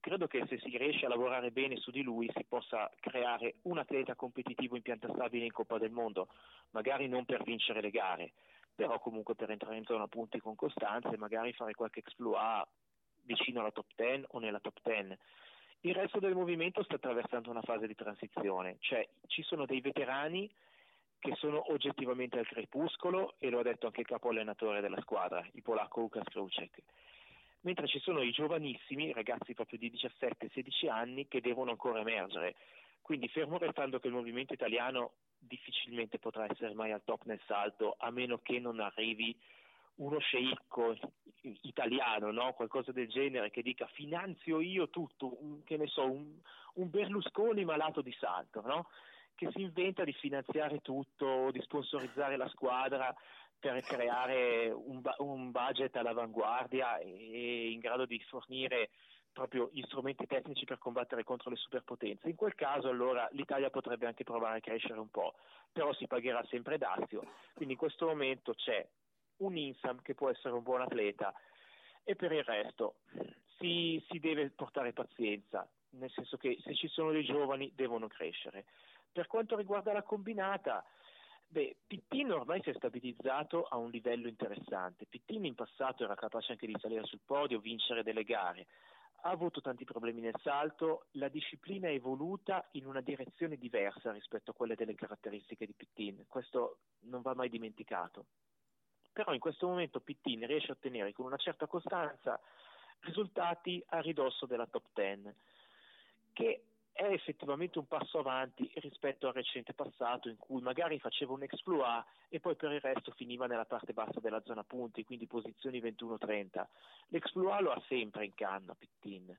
credo che se si riesce a lavorare bene su di lui si possa creare un atleta competitivo in pianta stabile in Coppa del Mondo, magari non per vincere le gare, però comunque per entrare in zona punti con costanza e magari fare qualche exploit vicino alla top 10 o nella top 10. Il resto del movimento sta attraversando una fase di transizione, cioè ci sono dei veterani che sono oggettivamente al crepuscolo, e lo ha detto anche il capo allenatore della squadra, il polacco Łukasz Kruczek, mentre ci sono i giovanissimi, ragazzi proprio di 17-16 anni, che devono ancora emergere. Quindi fermo restando che il movimento italiano difficilmente potrà essere mai al top nel salto, a meno che non arrivi uno sceicco italiano, no? Qualcosa del genere, che dica finanzio io tutto, che ne so, un Berlusconi malato di salto, no? Che si inventa di finanziare tutto, di sponsorizzare la squadra per creare un budget all'avanguardia e in grado di fornire proprio gli strumenti tecnici per combattere contro le superpotenze. In quel caso allora l'Italia potrebbe anche provare a crescere un po', però si pagherà sempre dazio. Quindi in questo momento c'è un Insam che può essere un buon atleta, e per il resto si deve portare pazienza, nel senso che se ci sono dei giovani devono crescere. Per quanto riguarda la combinata, Pittin ormai si è stabilizzato a un livello interessante. Pittin in passato era capace anche di salire sul podio, vincere delle gare. Ha avuto tanti problemi nel salto, la disciplina è evoluta in una direzione diversa rispetto a quelle delle caratteristiche di Pittin. Questo non va mai dimenticato. Però in questo momento Pittin riesce a ottenere con una certa costanza risultati a ridosso della top 10, che è effettivamente un passo avanti rispetto al recente passato, in cui magari faceva un exploit e poi per il resto finiva nella parte bassa della zona punti, quindi posizioni 21-30. L'exploit lo ha sempre in canna Pittin.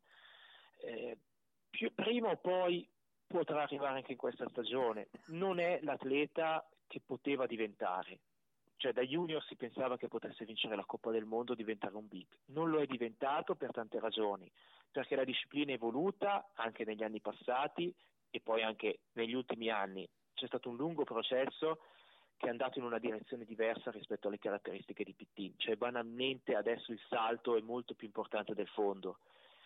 Prima o poi potrà arrivare anche in questa stagione. Non è l'atleta che poteva diventare. Cioè da junior si pensava che potesse vincere la Coppa del Mondo, diventare un big. Non lo è diventato per tante ragioni, perché la disciplina è evoluta anche negli anni passati e poi anche negli ultimi anni. C'è stato un lungo processo che è andato in una direzione diversa rispetto alle caratteristiche di Pittin. Cioè banalmente adesso il salto è molto più importante del fondo,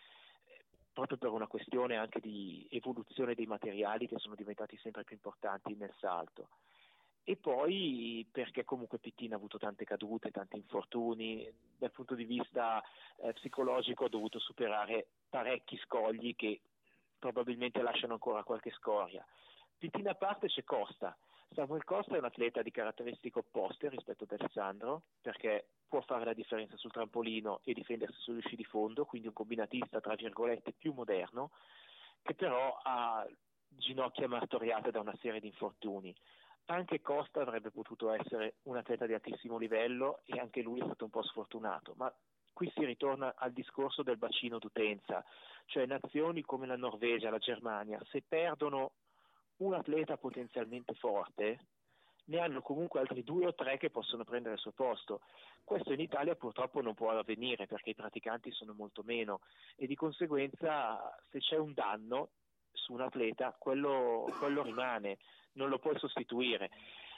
proprio per una questione anche di evoluzione dei materiali che sono diventati sempre più importanti nel salto. E poi perché comunque Pittin ha avuto tante cadute, tanti infortuni, dal punto di vista psicologico ha dovuto superare parecchi scogli che probabilmente lasciano ancora qualche scoria. Pittin a parte c'è Costa. Samuel Costa è un atleta di caratteristiche opposte rispetto ad Alessandro, perché può fare la differenza sul trampolino e difendersi sugli sci di fondo, quindi un combinatista tra virgolette più moderno, che però ha ginocchia martoriate da una serie di infortuni. Anche Costa avrebbe potuto essere un atleta di altissimo livello e anche lui è stato un po' sfortunato, ma qui si ritorna al discorso del bacino d'utenza, cioè nazioni come la Norvegia, la Germania, se perdono un atleta potenzialmente forte, ne hanno comunque altri 2 o 3 che possono prendere il suo posto. Questo in Italia purtroppo non può avvenire perché i praticanti sono molto meno e di conseguenza se c'è un danno su un atleta quello rimane, non lo puoi sostituire.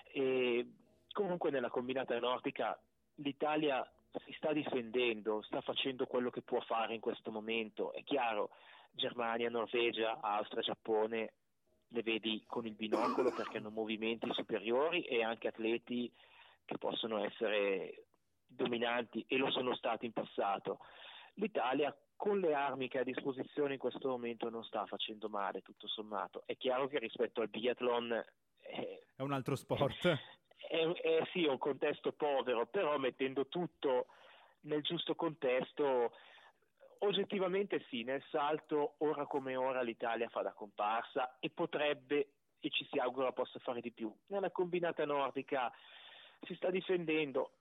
E comunque nella combinata nordica l'Italia si sta difendendo, sta facendo quello che può fare in questo momento. È chiaro, Germania, Norvegia, Austria, Giappone le vedi con il binocolo perché hanno movimenti superiori e anche atleti che possono essere dominanti e lo sono stati in passato. L'Italia con le armi che ha a disposizione in questo momento non sta facendo male, tutto sommato. È chiaro che rispetto al biathlon è un altro sport. Sì, è un contesto povero, però mettendo tutto nel giusto contesto, oggettivamente sì, nel salto ora come ora l'Italia fa da comparsa e potrebbe, e ci si augura possa fare di più. Nella combinata nordica si sta difendendo,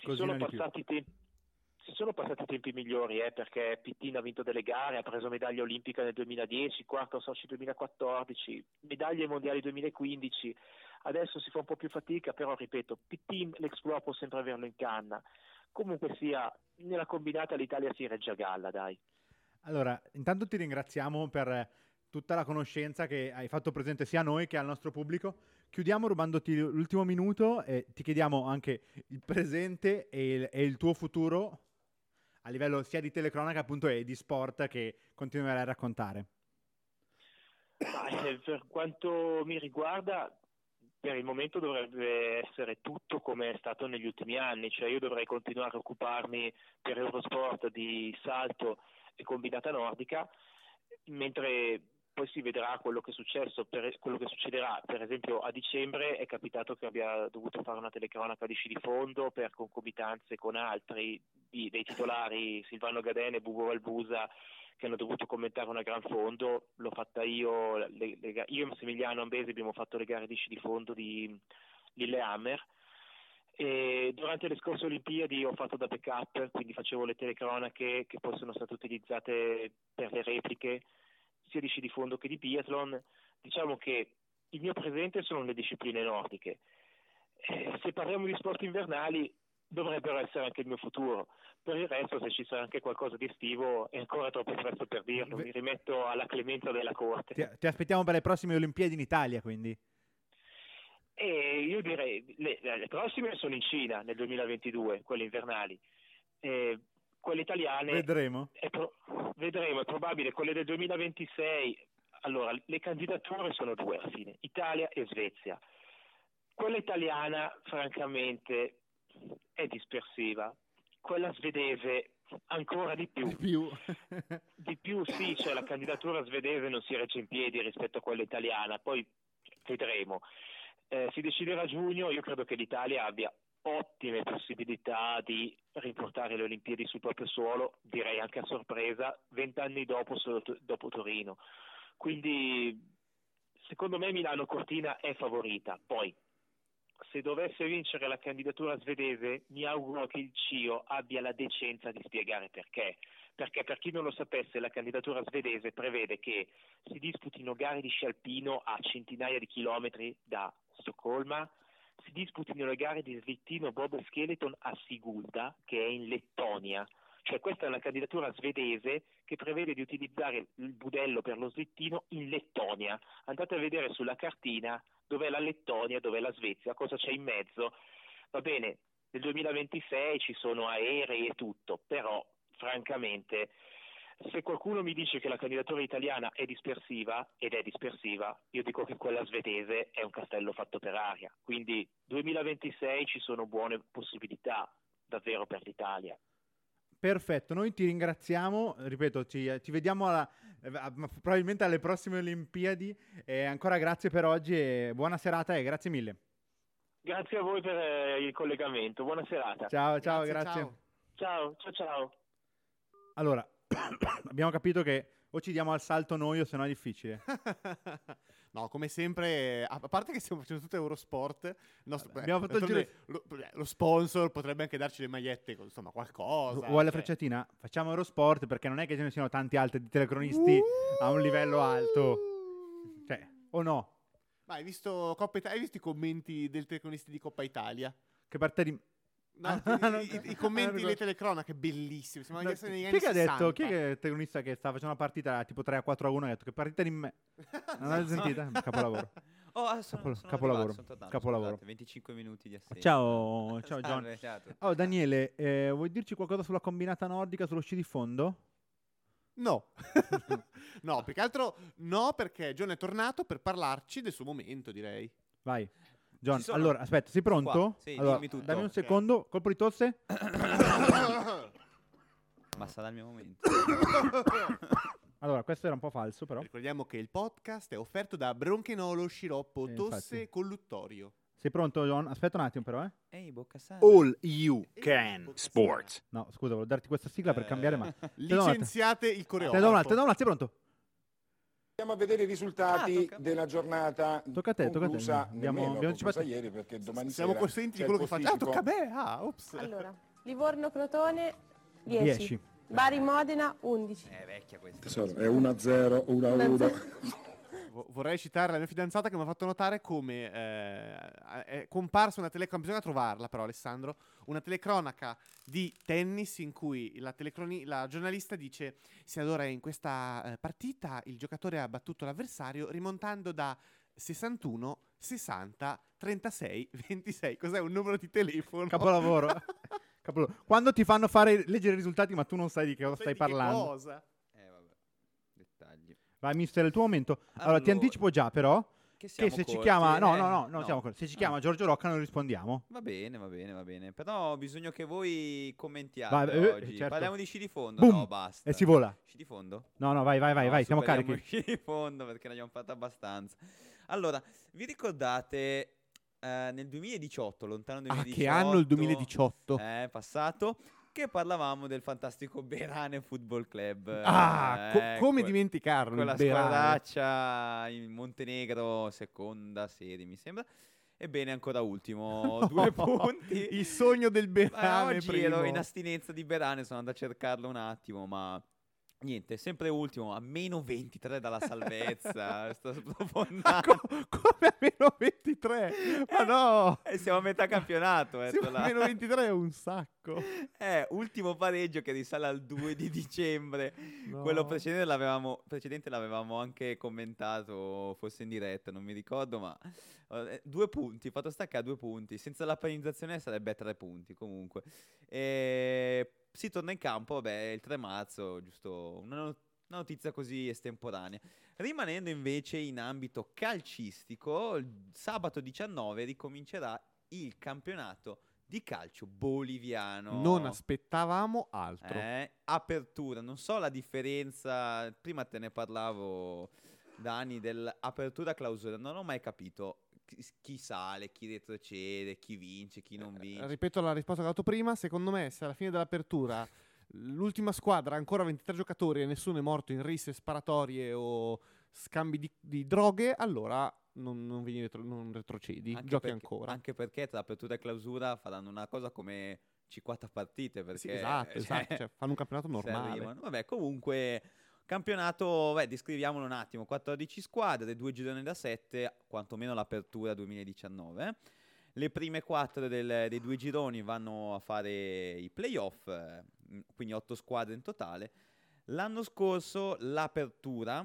si sono passati tempi migliori perché Pittin ha vinto delle gare, ha preso medaglia olimpica nel 2010, quarto a Sochi 2014, medaglie mondiali 2015, adesso si fa un po' più fatica, però ripeto, Pittin l'exploit può sempre averlo in canna. Comunque sia, nella combinata l'Italia si regge a galla, dai. Allora, intanto ti ringraziamo per tutta la conoscenza che hai fatto presente sia a noi che al nostro pubblico. Chiudiamo rubandoti l'ultimo minuto e ti chiediamo anche il presente e il tuo futuro a livello sia di telecronaca appunto e di sport che continuerai a raccontare. Per quanto mi riguarda, per il momento dovrebbe essere tutto come è stato negli ultimi anni, cioè io dovrei continuare a occuparmi per Eurosport di salto e combinata nordica, mentre poi si vedrà quello che è successo, quello che succederà. Per esempio a dicembre è capitato che abbia dovuto fare una telecronaca di sci di fondo per concomitanze con altri dei titolari, Silvano Gaden e Bubo Valbusa, che hanno dovuto commentare una gran fondo. L'ho fatta io, io e Massimiliano Ambesi abbiamo fatto le gare di sci di fondo di Lillehammer, e durante le scorse Olimpiadi ho fatto da backup, quindi facevo le telecronache che poi sono state utilizzate per le repliche sia di sci di fondo che di biathlon. Diciamo che il mio presente sono le discipline nordiche. Se parliamo di sport invernali dovrebbero essere anche il mio futuro. Per il resto, se ci sarà anche qualcosa di estivo, è ancora troppo presto per dirlo. Mi rimetto alla clemenza della corte. Ti aspettiamo per le prossime Olimpiadi in Italia, quindi. E io direi le prossime sono in Cina nel 2022, quelle invernali. Quelle italiane Vedremo. Vedremo, è probabile. Quelle del 2026, allora le candidature sono due alla fine, Italia e Svezia. Quella italiana francamente è dispersiva, quella svedese ancora di più. Di più sì, cioè la candidatura svedese non si regge in piedi rispetto a quella italiana, poi vedremo. Si deciderà a giugno. Io credo che l'Italia abbia ottime possibilità di riportare le Olimpiadi sul proprio suolo, direi anche a sorpresa, 20 anni dopo, solo dopo Torino. Quindi secondo me Milano Cortina è favorita. Poi se dovesse vincere la candidatura svedese, mi auguro che il CIO abbia la decenza di spiegare perché. Perché per chi non lo sapesse, la candidatura svedese prevede che si disputino gare di sci alpino a centinaia di chilometri da Stoccolma, si disputino le gare di slittino bob e skeleton a Sigulda, che è in Lettonia. Cioè questa è una candidatura svedese che prevede di utilizzare il budello per lo slittino in Lettonia. Andate a vedere sulla cartina dov'è la Lettonia, dov'è la Svezia, cosa c'è in mezzo. Va bene, nel 2026 ci sono aerei e tutto, però francamente se qualcuno mi dice che la candidatura italiana è dispersiva, ed è dispersiva, io dico che quella svedese è un castello fatto per aria. Quindi 2026 ci sono buone possibilità davvero per l'Italia. Perfetto, noi ti ringraziamo, ripeto, ci vediamo probabilmente alle prossime Olimpiadi, e ancora grazie per oggi e buona serata e grazie mille. Grazie a voi per il collegamento, buona serata. Ciao, grazie. Ciao. Allora, abbiamo capito che o ci diamo al salto noi o se no è difficile. No, come sempre, a parte che stiamo facendo tutto Eurosport, abbiamo fatto il giro. Lo sponsor potrebbe anche darci le magliette, insomma, qualcosa. Vuoi la frecciatina? Facciamo Eurosport perché non è che ce ne siano tanti altri telecronisti a un livello alto. Cioè, o no? Ma hai visto hai visto i commenti del telecronista di Coppa Italia? Che parte di... No, i commenti delle telecronache bellissimi. Sembra di essere negli anni chi ha 60. detto? Chi è che è il telecronista che stava facendo una partita tipo 3-4-1 e ha detto che partita di me? Non l'avete sentita? Capolavoro. Capolavoro. Scusate, 25 minuti di assenza. Ciao John. Salve, ciao. Oh Daniele, vuoi dirci qualcosa sulla combinata nordica, sullo sci di fondo? No. No, più che altro no, perché John è tornato per parlarci del suo momento, direi. Vai. John, Ci sono- allora, aspetta, sei pronto? Qua. Sì, allora, dimmi tutto. dammi un Ok. secondo, colpo di tosse. Ma sarà il mio momento. Allora, questo era un po' falso, però. Ricordiamo che il podcast è offerto da Bronchenolo Sciroppo Tosse infatti. Colluttorio. Sei pronto, John? Aspetta un attimo, però, Ehi, bocca sana. All you can sports. No, scusa, volevo darti questa sigla per cambiare, ma... Licenziate il Te coreografo. do un'altra, sei pronto? Andiamo a vedere i risultati tocca a me. della giornata Tocca a te. conclusa, Abbiamo nemmeno anticipato. conclusa ieri perché domani Siamo sera coscienti di c'è quello il che facciamo. Ah, postifico. tocca a me. Ah, ops. Allora, Livorno-Crotone 10. 10. Bari-Modena 11. È vecchia questa. Tesoro, è 1-0, 1-1. Vorrei citare la mia fidanzata che mi ha fatto notare come è comparsa una telecronaca, bisogna trovarla però Alessandro, una telecronaca di tennis in cui la giornalista dice: sì, allora in questa partita il giocatore ha battuto l'avversario rimontando da 61, 60, 36, 26. Cos'è un numero di telefono? Capolavoro. Quando ti fanno leggere i risultati, ma tu non sai di che cosa Sai stai di che parlando. cosa? Vabbè, dettagli. Vai, mister, è il tuo momento. Allora, ti Allora, anticipo già, però, che che siamo se ci corti, chiama... No, no. non siamo corti. Se ci chiama Giorgio Rocca non rispondiamo. Va bene. Però ho bisogno che voi commentiate Vai, oggi. certo. Parliamo di sci di fondo? Boom! No, basta. E si vola. Sci di fondo? No, vai, No, siamo parliamo carichi. di sci di fondo perché ne abbiamo fatto abbastanza. Allora, vi ricordate nel 2018, lontano 2018? Che anno il 2018? Passato, che parlavamo del fantastico Berane Football Club. Come dimenticarlo? Quella il Berane. squadraccia in Montenegro, seconda serie, mi sembra. Ebbene, ancora ultimo, No, 2 punti. Il sogno del Berane Oggi primo. ero in astinenza di Berane, sono andato a cercarlo un attimo, ma niente, sempre ultimo, a meno 23 dalla salvezza. Sto sprofondando. Come a meno 23? Ma no! E siamo a metà campionato. Sì, ma meno 23 è un sacco. Ultimo pareggio che risale al 2 di dicembre. No. Quello precedente l'avevamo anche commentato, forse in diretta, non mi ricordo, ma 2 punti, fatto sta che a 2 punti. Senza la penalizzazione sarebbe 3 punti comunque. Si torna in campo, vabbè, il 3 marzo, giusto una notizia così estemporanea. Rimanendo invece in ambito calcistico, il sabato 19 ricomincerà il campionato di calcio boliviano. Non aspettavamo altro. Apertura, non so la differenza, prima te ne parlavo, Dani, dell'apertura clausura, non ho mai capito chi sale, chi retrocede, chi vince, chi non vince. Ripeto la risposta che ho dato prima, secondo me se alla fine dell'apertura l'ultima squadra ha ancora 23 giocatori e nessuno è morto in risse, sparatorie o scambi di droghe, allora non retrocedi, giochi ancora. Anche perché tra apertura e clausura faranno una cosa come 50 partite, perché Sì, esatto, cioè, fanno un campionato normale. Vabbè, comunque campionato, descriviamolo un attimo, 14 squadre, 2 gironi da 7, quantomeno l'apertura 2019. Le prime 4 dei 2 gironi vanno a fare i playoff, quindi 8 squadre in totale. L'anno scorso l'apertura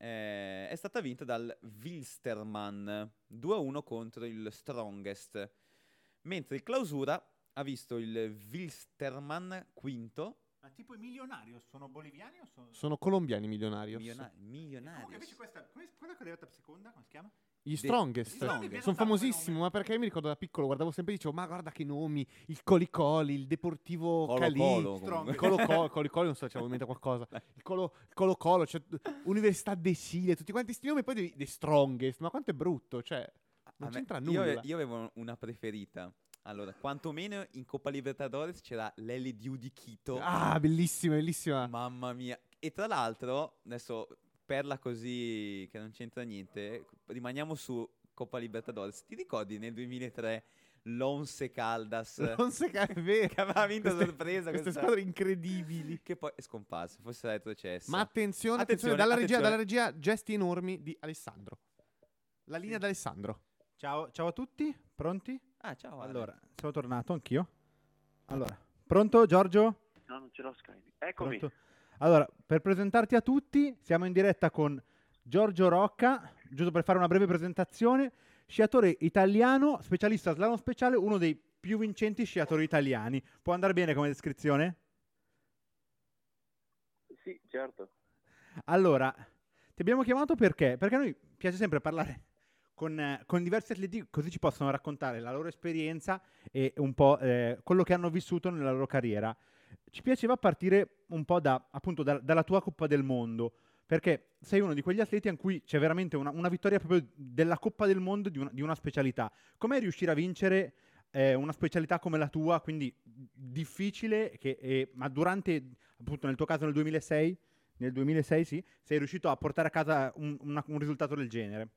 è stata vinta dal Wilstermann 2-1 contro il Strongest, mentre il clausura ha visto il Wilstermann quinto. Ma tipo i Milionarios sono boliviani o sono... Sono colombiani Milionarios. Milionarios. Comunque invece quella che è arrivata seconda, come si chiama? Gli Strongest. Strongest. Sono famosissimi, ma perché mi ricordo da piccolo guardavo sempre e dicevo ma guarda che nomi, il Coli Coli, il Deportivo Cali, Coli Coli, non so se avevo in mente qualcosa, il Colo Colo, cioè, Università de Cile, tutti quanti sti nomi, poi The Strongest, ma quanto è brutto, cioè non c'entra nulla. Io avevo una preferita. Allora, quantomeno in Coppa Libertadores c'era l'LDU di Quito. Ah, bellissima, bellissima. Mamma mia. E tra l'altro, adesso perla così che non c'entra niente, rimaniamo su Coppa Libertadores. Ti ricordi nel 2003 l'Once Caldas? L'Once Caldas, è vero. Che aveva vinto a sorpresa. Queste squadre incredibili. Che poi è scomparsa, forse era retrocessa. Ma attenzione, dalla regia, gesti enormi di Alessandro. La linea di Alessandro. Ciao a tutti, pronti? Ciao. Allora, sono tornato anch'io. Allora, pronto Giorgio? No, non ce l'ho Skype. Eccomi. Pronto? Allora, per presentarti a tutti, siamo in diretta con Giorgio Rocca, giusto per fare una breve presentazione, sciatore italiano, specialista slalom speciale, uno dei più vincenti sciatori italiani. Può andare bene come descrizione? Sì, certo. Allora, ti abbiamo chiamato perché? Perché a noi piace sempre parlare con diversi atleti, così ci possono raccontare la loro esperienza e un po' quello che hanno vissuto nella loro carriera. Ci piaceva partire un po' appunto dalla tua Coppa del Mondo, perché sei uno di quegli atleti in cui c'è veramente una vittoria proprio della Coppa del Mondo di una specialità. Com'è riuscire a vincere una specialità come la tua, quindi difficile, ma durante, appunto nel tuo caso nel 2006 sì, sei riuscito a portare a casa un risultato del genere?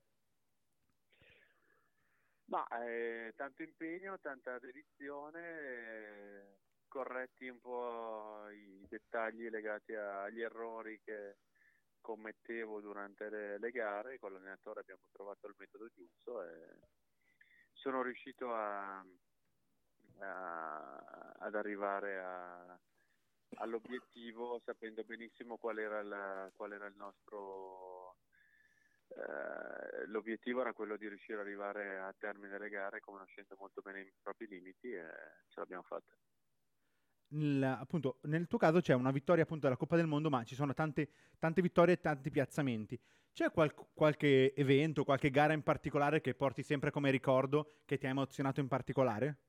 Ma tanto impegno, tanta dedizione, corretti un po' i dettagli legati agli errori che commettevo durante le gare. Con l'allenatore abbiamo trovato il metodo giusto e sono riuscito ad arrivare all'obiettivo, sapendo benissimo qual era il nostro l'obiettivo era quello di riuscire ad arrivare a termine delle gare conoscendo molto bene i propri limiti, e ce l'abbiamo fatta. appunto, nel tuo caso c'è una vittoria appunto della Coppa del Mondo, ma ci sono tante vittorie e tanti piazzamenti. C'è qualche evento, qualche gara in particolare che porti sempre come ricordo, che ti ha emozionato in particolare?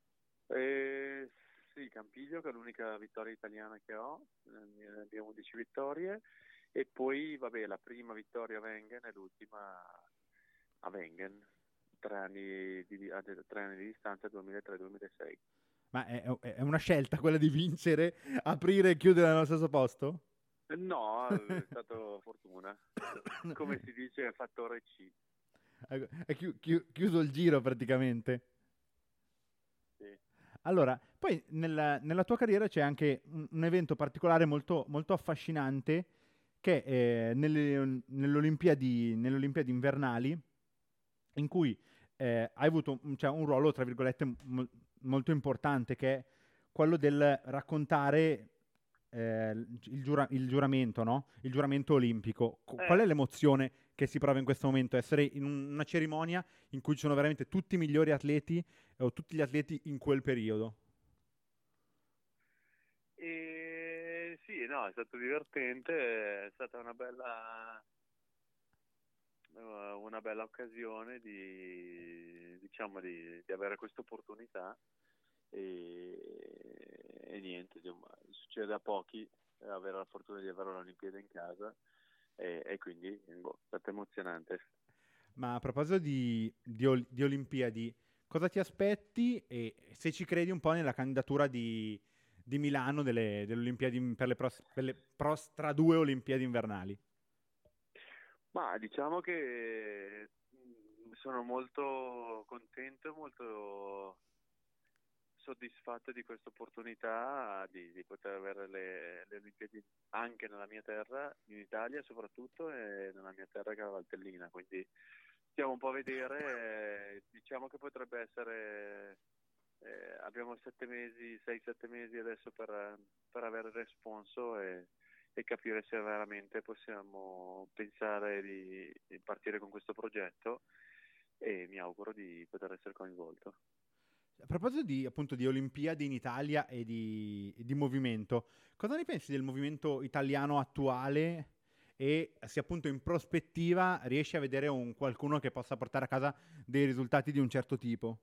Sì, Campiglio, che è l'unica vittoria italiana che ho, abbiamo 11 vittorie, e poi vabbè, la prima vittoria a Wengen e l'ultima a Wengen, 3 anni di distanza, 2003-2006. Ma è una scelta quella di vincere, aprire e chiudere nello stesso posto? No, è stato fortuna, come si dice, fattore C. È chiuso il giro praticamente. Sì. Allora, poi nella tua carriera c'è anche un evento particolare molto, molto affascinante che è nelle Olimpiadi invernali, in cui hai avuto un ruolo, tra virgolette, molto importante, che è quello del raccontare il giuramento, no? Il giuramento olimpico. Qual è l'emozione che si prova in questo momento? Essere in una cerimonia in cui ci sono veramente tutti i migliori atleti o tutti gli atleti in quel periodo? Sì, no, è stato divertente, è stata una bella occasione diciamo, di avere questa opportunità e niente, insomma, succede a pochi avere la fortuna di avere l'Olimpiade in casa e quindi è stato emozionante. Ma a proposito di Olimpiadi, cosa ti aspetti e se ci credi un po' nella candidatura di Milano delle Olimpiadi per le tra 2 Olimpiadi invernali? Ma diciamo che sono molto contento, molto soddisfatto di questa opportunità di poter avere le Olimpiadi anche nella mia terra, in Italia soprattutto, e nella mia terra che è la Valtellina, quindi stiamo un po' a vedere, diciamo che potrebbe essere, abbiamo 6-7 mesi adesso per avere il responso e capire se veramente possiamo pensare di partire con questo progetto, e mi auguro di poter essere coinvolto. A proposito appunto di Olimpiadi in Italia e di movimento, cosa ne pensi del movimento italiano attuale e se appunto in prospettiva riesci a vedere qualcuno che possa portare a casa dei risultati di un certo tipo?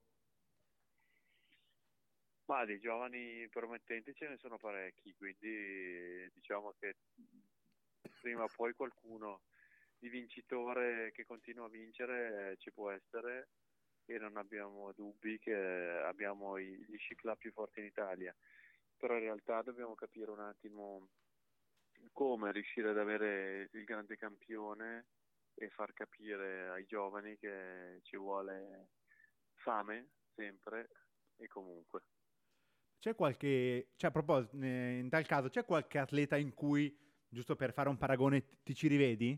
Ma dei giovani promettenti ce ne sono parecchi, quindi diciamo che prima o poi qualcuno di vincitore che continua a vincere ci può essere, e non abbiamo dubbi che abbiamo gli sci club più forti in Italia, però in realtà dobbiamo capire un attimo come riuscire ad avere il grande campione e far capire ai giovani che ci vuole fame sempre e comunque. A proposito, in tal caso, c'è qualche atleta in cui, giusto per fare un paragone, ti ci rivedi?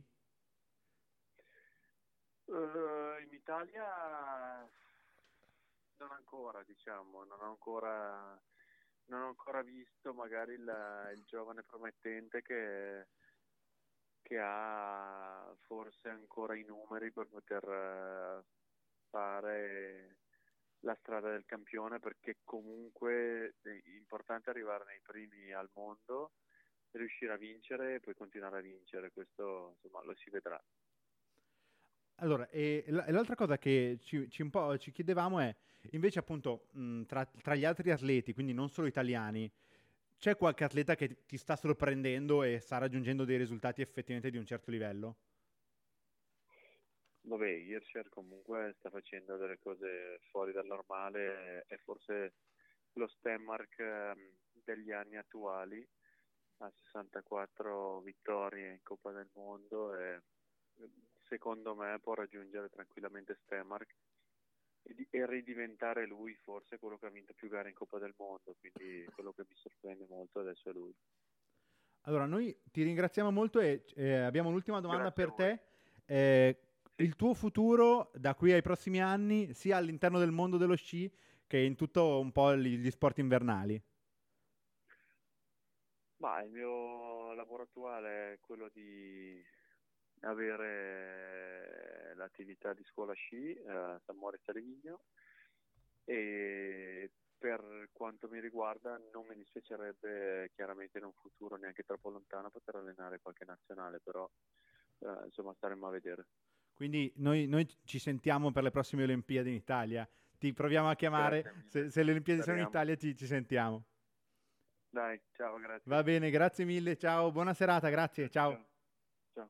In Italia non ancora, diciamo, non ho ancora visto magari il giovane promettente che ha forse ancora i numeri per poter fare la strada del campione, perché comunque è importante arrivare nei primi al mondo, riuscire a vincere e poi continuare a vincere, questo insomma lo si vedrà. Allora, e l'altra cosa che un po' ci chiedevamo è, invece appunto, tra gli altri atleti, quindi non solo italiani, c'è qualche atleta che ti sta sorprendendo e sta raggiungendo dei risultati effettivamente di un certo livello? Vabbè, Hirscher comunque sta facendo delle cose fuori dal normale, è forse lo Stenmark degli anni attuali, ha 64 vittorie in Coppa del Mondo e secondo me può raggiungere tranquillamente Stenmark e ridiventare lui forse quello che ha vinto più gare in Coppa del Mondo, quindi quello che mi sorprende molto adesso è lui. Allora, noi ti ringraziamo molto e abbiamo un'ultima domanda per te. Il tuo futuro da qui ai prossimi anni, sia all'interno del mondo dello sci che in tutto un po' gli sport invernali? Ma il mio lavoro attuale è quello di avere l'attività di scuola sci a San Moritz a Livigno, e per quanto mi riguarda non mi dispiacerebbe chiaramente in un futuro neanche troppo lontano poter allenare qualche nazionale, però insomma staremo a vedere. Quindi noi ci sentiamo per le prossime Olimpiadi in Italia. Ti proviamo a chiamare, se le Olimpiadi sono in Italia ci sentiamo. Dai, ciao, grazie. Va bene, grazie mille, ciao, buona serata, grazie, ciao. Ciao.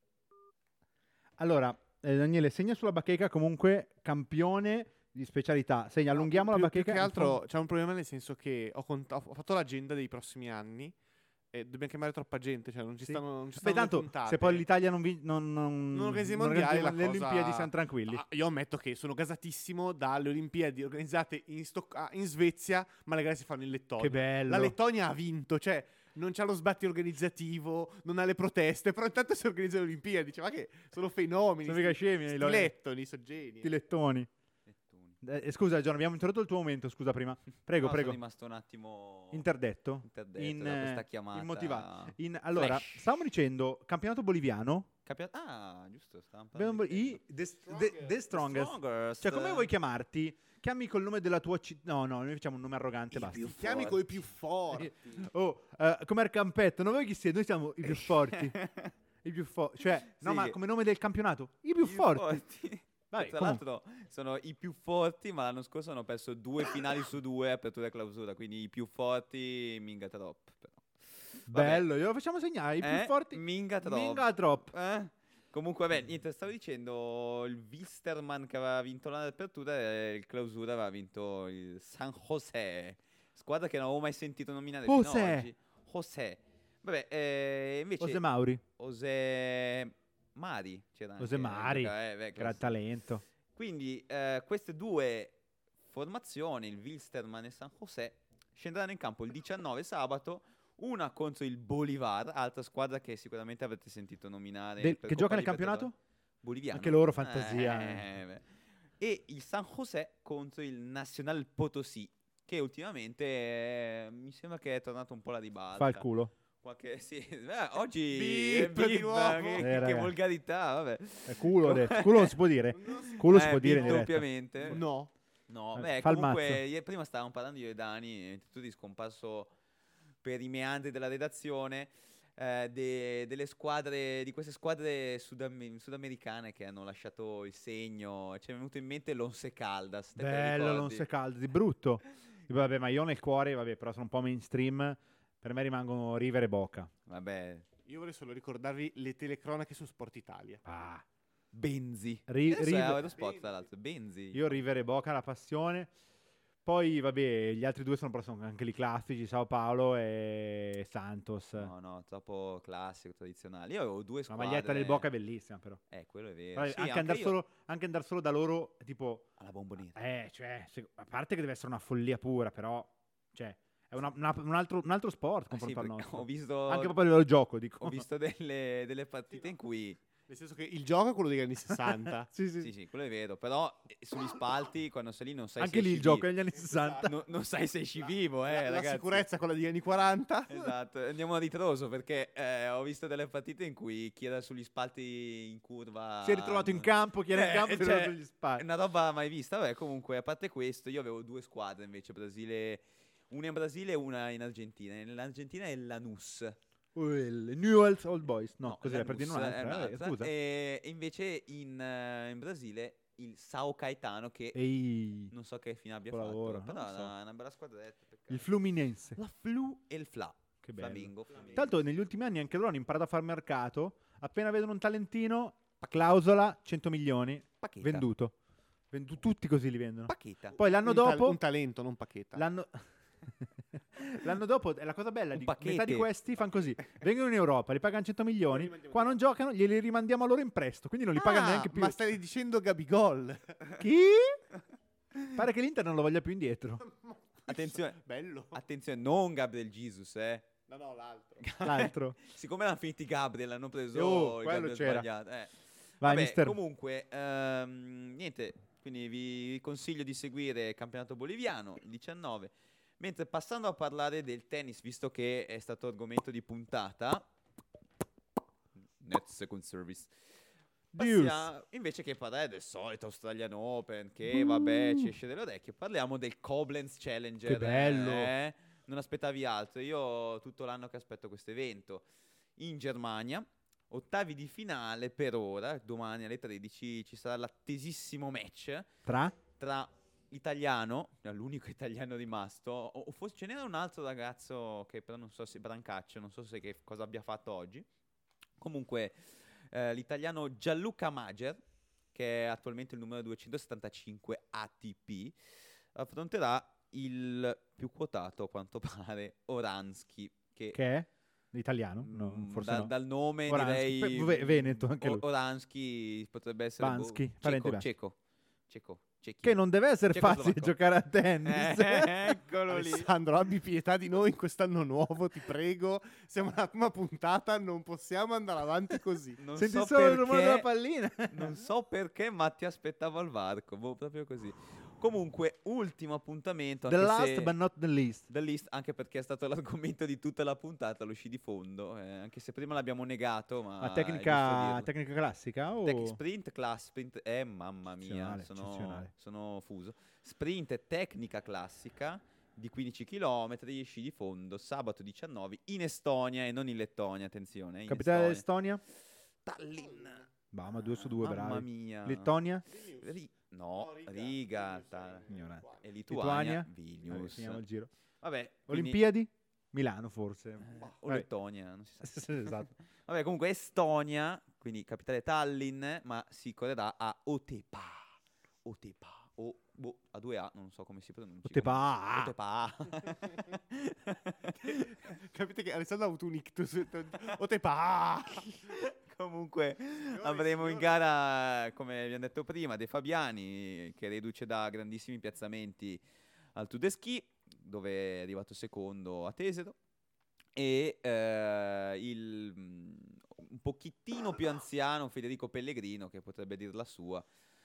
Allora, Daniele, segna sulla bacheca comunque campione di specialità. Segna, allunghiamo la bacheca. Più che altro c'è un problema nel senso che ho fatto l'agenda dei prossimi anni e dobbiamo chiamare troppa gente, cioè non ci stanno le tanto puntate. se poi l'Italia non organizza i mondiali, le Olimpiadi siamo tranquilli. Io ammetto che sono gasatissimo dalle Olimpiadi organizzate in Svezia, ma le gare si fanno in Lettonia. Che bello. La Lettonia ha vinto, cioè non c'ha lo sbatti organizzativo, non ha le proteste, però intanto si organizzano le Olimpiadi, dice ma che sono fenomeni. Sono mica scemi, sti lettoni, sono geni. Sti lettoni. Scusa John, abbiamo interrotto il tuo momento, scusa prima. Prego, no, prego. Sono rimasto un attimo interdetto da questa chiamata. Immotivato. Allora, stavamo dicendo campionato boliviano. Giusto, The Strongest. Cioè, come vuoi chiamarti? Chiami col nome della tua città. No, noi facciamo un nome arrogante, basta. Chiami con i più forti. Come al campetto, non vuoi chi siete? Noi siamo i più forti. I più forti. Cioè, no, ma come nome del campionato? I più forti. Vabbè, tra l'altro sono i più forti, ma l'anno scorso hanno perso 2 finali su 2 apertura e clausura, quindi i più forti minga trop. Però. Bello, glielo facciamo segnare, i più forti minga trop. Minga trop. Comunque, niente, stavo dicendo, il Wilstermann che aveva vinto l'apertura e il clausura aveva vinto il San José, squadra che non avevo mai sentito nominare fino ad oggi. José. Vabbè, invece José Mauri. José Mari c'era José Mari, gran talento. Quindi queste due formazioni, il Wilstermann e San José, scenderanno in campo il 19 sabato, una contro il Bolívar, altra squadra che sicuramente avrete sentito nominare. Che gioca nel campionato? Boliviano. Anche loro fantasia. E il San José contro il Nacional Potosí, che ultimamente mi sembra che è tornato un po' la ribalta. Fa il culo. Oggi di nuovo. Che volgarità, vabbè. Culo non si può dire. Culo si può dire in diretta. Doppiamente. No, beh, comunque prima stavamo parlando io e Dani, tu eri scomparso per i meandri della redazione delle squadre, di queste squadre sudamericane che hanno lasciato il segno. Ci è venuto in mente l'Once Caldas. Bello l'Once Caldas, di brutto. Vabbè, ma io nel cuore, però sono un po' mainstream. Per me rimangono River e Boca. Vabbè. Io vorrei solo ricordarvi le telecronache su Sport Italia. Benzi. River Sport, tra l'altro. Benzi. Io River e Boca, la passione. Poi, vabbè, gli altri due sono anche lì classici, Sao Paulo e Santos. No, troppo classico, tradizionale. Io avevo due squadre. La maglietta del Boca è bellissima, però. Quello è vero. Vabbè, sì, anche andare solo da loro, tipo... alla Bomboniera. A parte che deve essere una follia pura, però... Cioè... È un altro sport confronto al nostro. Ho visto, anche proprio il gioco, dico. Ho visto delle partite in cui... Nel senso che il gioco è quello degli anni 60. sì, quello è vero. Però sugli spalti, quando sei lì, non sai anche se lì il gioco è negli anni 60. Non sai se esci vivo, La ragazzi. sicurezza è quella degli anni 40. Esatto. Andiamo a ritroso, perché ho visto delle partite in cui chi era sugli spalti in curva... si è ritrovato in campo, chi era in campo si è ritrovato sugli spalti. È una roba mai vista. Vabbè, comunque, a parte questo, io avevo due squadre invece, Brasile... Una in Brasile e una in Argentina. Nell'Argentina è Lanús. Il Newell's Old Boys. No, cos'è? Per dire un'altra. Scusa. E invece in Brasile il Sao Caetano, che non so che fine abbia fatto. Però è una bella squadretta. Il Fluminense. La Flu e il Fla. Che bello. Flamingo. Tanto negli ultimi anni anche loro hanno imparato a fare mercato. Appena vedono un talentino, clausola, 100 milioni. Pacchetta. Venduto. Tutti così li vendono. Pacchetta. Poi l'anno dopo... Un talento, non pacchetta. L'anno dopo è la cosa bella di pacchetto. Metà di questi fanno così, vengono in Europa, li pagano 100 milioni, qua non giocano, glieli rimandiamo a loro in prestito, quindi non li pagano neanche più. Ma stai dicendo Gabigol? Chi? Pare che l'Inter non lo voglia più indietro. Attenzione, bello. Attenzione, non Gabriel Jesus, No, l'altro. Siccome l'hanno finiti Gabriel, hanno preso il Gabriel sbagliato. Vai, vabbè, mister. Comunque, niente, quindi vi consiglio di seguire il campionato boliviano, il 19. Mentre passando a parlare del tennis, visto che è stato argomento di puntata, net second service, Invece che parlare del solito Australian Open, che vabbè ci esce dalle orecchie, parliamo del Koblenz Challenger. Che bello. Non aspettavi altro. Io tutto l'anno che aspetto questo evento. In Germania, ottavi di finale per ora. Domani alle 13 ci sarà l'attesissimo match Tra italiano, l'unico italiano rimasto, o forse ce n'era un altro ragazzo che però non so se Brancaccio, non so se che cosa abbia fatto oggi. Comunque l'italiano Gianluca Mager, che è attualmente il numero 275 ATP, affronterà il più quotato a quanto pare Oransky, che è l'italiano? No, forse no. Dal nome Oransky. direi Veneto anche lui. Oransky potrebbe essere Bansky, ceco. Che non deve essere facile Cecoslovacco. giocare a tennis. Eccolo lì. Alessandro, abbi pietà di noi in quest'anno nuovo, ti prego. Siamo alla prima puntata, non possiamo andare avanti così. Non Senti so solo il perché- rumore della pallina. Non so perché, ma ti aspettavo al varco, proprio così. Comunque, ultimo appuntamento. The anche last se- but not the least. The list, anche perché è stato l'argomento di tutta la puntata, lo sci di fondo. Anche se prima l'abbiamo negato, ma. Ma è tecnica giusto dirlo. classica o Sprint, class, sprint. Mamma mia, Eccezionale. sono fuso. Sprint e tecnica classica di 15 km, sci di fondo, sabato 19 in Estonia e non in Lettonia, attenzione. In capitale Estonia. dell'Estonia? Tallinn. Bah, ma 2 su 2, Mamma bravi. mia. Lettonia? Riga. Ignorante. E Lituania, Lituania? Vilnius. Finiamo il giro. Vabbè, quindi- Olimpiadi? Milano forse. o Vabbè. Lettonia, non si sa. Esatto. Vabbè, comunque Estonia, quindi capitale Tallinn, ma si correrà a Otepää. A 2A, non so come si pronuncia. Otepää. Otepää. Capite che Alessandro ha avuto un ictus. Otepää. Comunque avremo in gara, come abbiamo detto prima, De Fabiani, che reduce da grandissimi piazzamenti al Tour de Ski, dove è arrivato secondo a Tesero, e un pochettino più anziano Federico Pellegrino, che potrebbe dir la sua,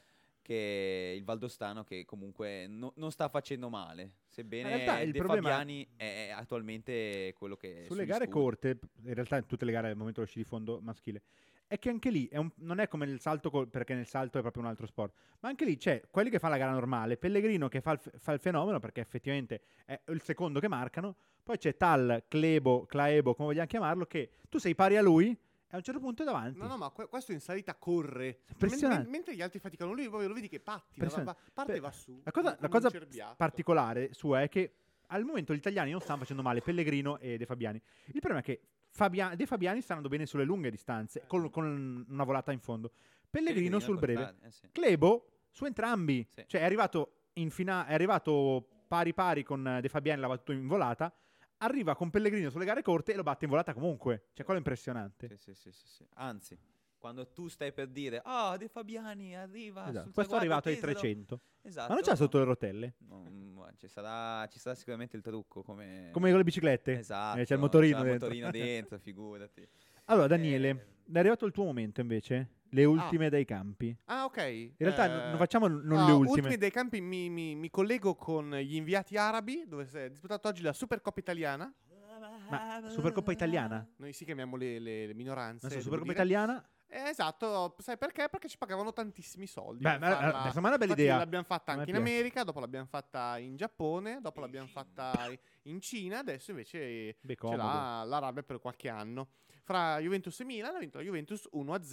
che è il valdostano, che comunque non sta facendo male, sebbene In realtà il De problema- Fabiani è attualmente quello che è Sulle sugli gare scudi. corte, in realtà in tutte le gare al momento dello sci di fondo maschile, è che anche lì non è come nel salto, perché nel salto è proprio un altro sport, ma anche lì c'è quelli che fa la gara normale, Pellegrino che fa il fenomeno, perché effettivamente è il secondo che marcano, poi c'è Tal, Claebo, come vogliamo chiamarlo, che tu sei pari a lui e a un certo punto è davanti. No, ma questo in salita corre. Impressionante. Mentre gli altri faticano, lui proprio lo vedi che pattina, parte e va su. La cosa, come un cosa cerbiatto. particolare sua è che al momento gli italiani non stanno facendo male, Pellegrino e De Fabiani. Il problema è che De Fabiani sta andando bene sulle lunghe distanze, con una volata in fondo. Pellegrino sul breve. Sì. Claebo su entrambi. Sì. Cioè è arrivato è arrivato pari con De Fabiani, l'ha battuto in volata, arriva con Pellegrino sulle gare corte e lo batte in volata comunque. Cioè quello è impressionante. Sì. Anzi, quando tu stai per dire De Fabiani arriva Esatto. sul Questo è arrivato ai traguardo 300. Esatto. Ma non c'ha sotto le rotelle? Ci sarà sicuramente il trucco come Come con le biciclette? Esatto. C'è il motorino c'è dentro. il motorino dentro, figurati. Allora Daniele, è arrivato il tuo momento invece? Le ultime dai campi. Ah, ok. In realtà non facciamo non no, le ultime. Ultimi dei campi mi collego con gli inviati arabi, dove si è disputato oggi la Supercoppa italiana. Ma Supercoppa italiana? Noi si chiamiamo le minoranze. Non so, devo Supercoppa dire. italiana? Esatto, sai perché? Perché ci pagavano tantissimi soldi. Beh, per farla. secondo me è una bella Infatti idea. l'abbiamo fatta A me anche in piace. America, dopo l'abbiamo fatta in Giappone, dopo l'abbiamo fatta in Cina, adesso invece Beh, ce comodo. l'ha l'Arabia per qualche anno. Fra Juventus e Milan ha vinto la Juventus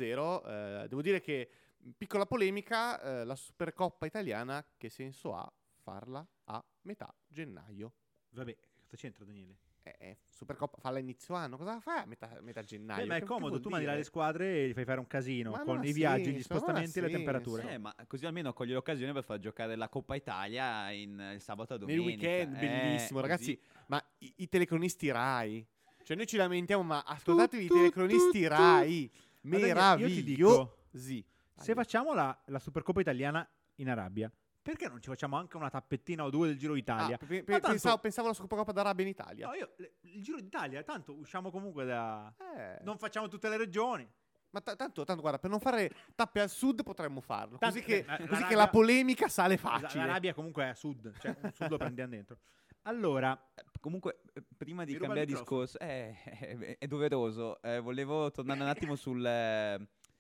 1-0. Devo dire che, piccola polemica, la Supercoppa italiana che senso ha farla a metà gennaio? Vabbè, cosa c'entra Daniele? Supercoppa, falla inizio anno, cosa fai a metà gennaio? Ma è Che comodo, vuol tu mandi là dire? le squadre e gli fai fare un casino Ma con non ha i viaggi, gli senso, non ha spostamenti e le senso. temperature. Ma così almeno cogli l'occasione per far giocare la Coppa Italia il sabato a Nel domenica. weekend, bellissimo, così. ragazzi. Ma i telecronisti Rai, cioè noi ci lamentiamo, ma ascoltatevi i telecronisti Rai, Ma Daniele, io ti dico, meravigliosi. se facciamo la Supercoppa italiana in Arabia, perché non ci facciamo anche una tappettina o due del Giro d'Italia? Ma tanto- Pensavo alla Supercoppa d'Arabia in Italia. No, il Giro d'Italia, tanto usciamo comunque da... Non facciamo tutte le regioni. Ma tanto, guarda, per non fare tappe al sud potremmo farlo. Tanto- Così che l'Arabia- la polemica sale facile. L'Arabia comunque è a sud, cioè il sud lo prendiamo dentro. Allora, Comunque, prima di Mi ruba cambiare il microfono. discorso, è doveroso. Volevo tornare un attimo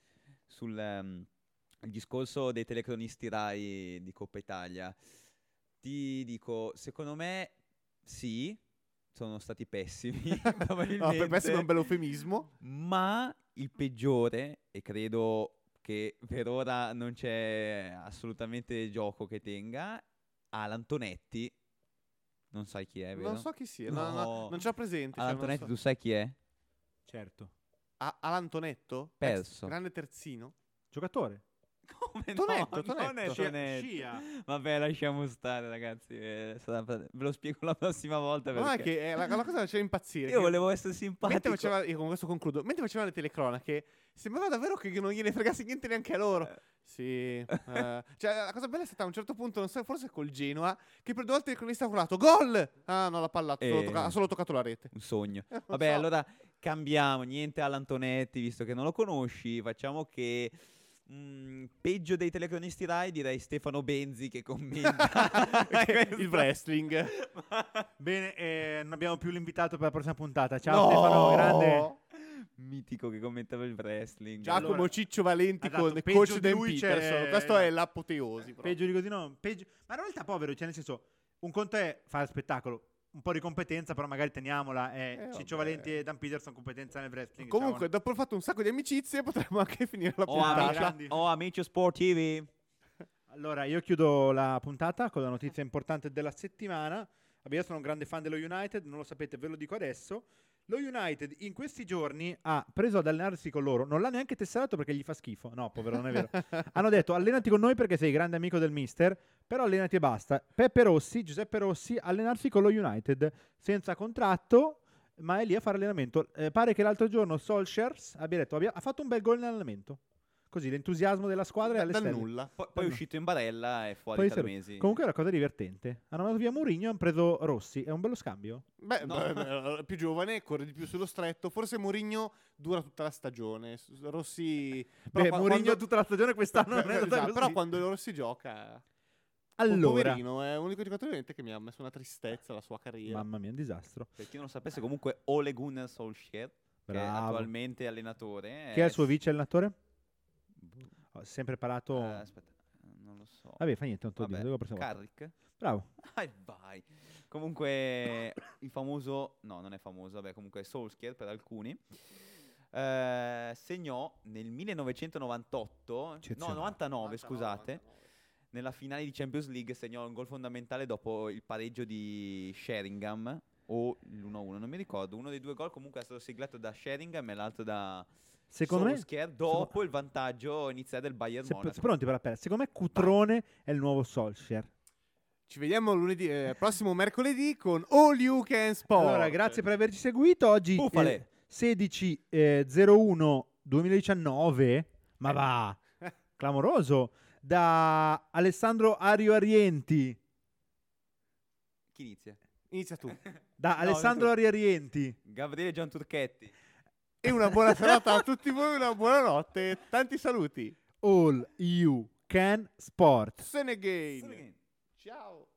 sul il discorso dei telecronisti Rai di Coppa Italia, ti dico, secondo me sì, sono stati pessimi, probabilmente. No, per pessimo è un bel eufemismo. Ma il peggiore, e credo che per ora non c'è assolutamente gioco che tenga, Alan Tonetti. Non sai chi è, vero? Non so chi sia, No. non c'ho presente. Alan non Tonetti, so. tu sai chi è? Certo. Alan Tonetto? Perso. Grande terzino. Giocatore. Come Tonetto, no? Non è Tonetto. Tonetti. Scia. Vabbè, lasciamo stare, ragazzi. Ve lo spiego la prossima volta. No, è Perché che la cosa faceva impazzire. io che volevo essere simpatico. io con questo concludo. Mentre facevano le telecronache, sembrava davvero che non gliene fregasse niente neanche a loro. Sì. Cioè, la cosa bella è stata a un certo punto, non so, forse col Genoa, che per 2 volte il cronista ha urlato gol! Ah, no, la palla ha solo toccato la rete. Un sogno. Non Vabbè, so. allora cambiamo. Niente Alan Tonetti, visto che non lo conosci. Facciamo che peggio dei telecronisti Rai direi Stefano Benzi che commenta Il wrestling. Bene, non abbiamo più l'invitato per la prossima puntata. Ciao No! Stefano, grande. mitico che commentava il wrestling. Giacomo Allora, Ciccio Valenti esatto, con peggio coach di Dan lui Peterson. c'è- Questo è l'apoteosi. proprio. Peggio di così no. Ma in realtà povero, cioè nel senso, un conto è fare spettacolo, un po' di competenza, però magari teniamola. Ciccio vabbè. Valenti e Dan Peterson, competenza nel wrestling. Comunque, ciao. dopo aver fatto un sacco di amicizie, potremmo anche finire la Oh, puntata. grandi. Amici sportivi. Allora, io chiudo la puntata con la notizia importante della settimana. Vabbè, io sono un grande fan dello United, non lo sapete, ve lo dico adesso. Lo United in questi giorni ha preso ad allenarsi con loro, non l'ha neanche tesserato perché gli fa schifo. No, povero, non è vero. Hanno detto allenati con noi perché sei grande amico del mister, però allenati e basta. Giuseppe Rossi, allenarsi con lo United senza contratto, ma è lì a fare allenamento. Pare che l'altro giorno Solskjaer abbia detto, ha fatto un bel gol in allenamento. Così, l'entusiasmo della squadra è alle Dal stelle. nulla. Poi è uscito in barella e fuori Poi 3 se- mesi. Comunque è una cosa divertente. Hanno mandato via Mourinho e hanno preso Rossi. È un bello scambio. Beh, No. beh, più giovane, corre di più sullo stretto. Forse Mourinho dura tutta la stagione. Rossi. Beh, qua- Mourinho quando- tutta la stagione quest'anno non è andata Esatto, così. però quando Rossi gioca. Allora, Poverino, è l'unico giocatore veramente che mi ha messo una tristezza la sua carriera. mamma mia, un disastro. Per chi non lo sapesse, comunque Ole Gunnar Solskjaer, che è Bravo. attualmente allenatore. Chi è il suo vice allenatore? Ho sempre parlato. Aspetta, non lo so. Vabbè, fa niente, non te lo dico. Vabbè, dico la prossima volta. Carrick? Bravo. Vai. Comunque, il famoso... No, non è famoso, vabbè, comunque Solskjaer per alcuni. Segnò nel 1998, no, Eccezionale. 99, scusate, nella finale di Champions League segnò un gol fondamentale dopo il pareggio di Sheringham o l'1-1, non mi ricordo. Uno dei due gol comunque è stato siglato da Sheringham e l'altro da Secondo me. Solskjaer dopo il vantaggio iniziale del Bayern Se, Monaco. se pronti per la pelle. Secondo me Cutrone è il nuovo Solskjaer. Ci vediamo prossimo mercoledì con All You Can Sport. Allora, grazie per averci seguito. Oggi Bufale. 16/01/2019. Ma va, clamoroso. Da Alessandro Ario Arienti. Chi inizia? Inizia tu. Da Alessandro Ario Arienti. Gabriele Gianturchetti. E una buona serata a tutti voi, una buona notte. Tanti saluti. All You Can Sport. Senegame. Ciao.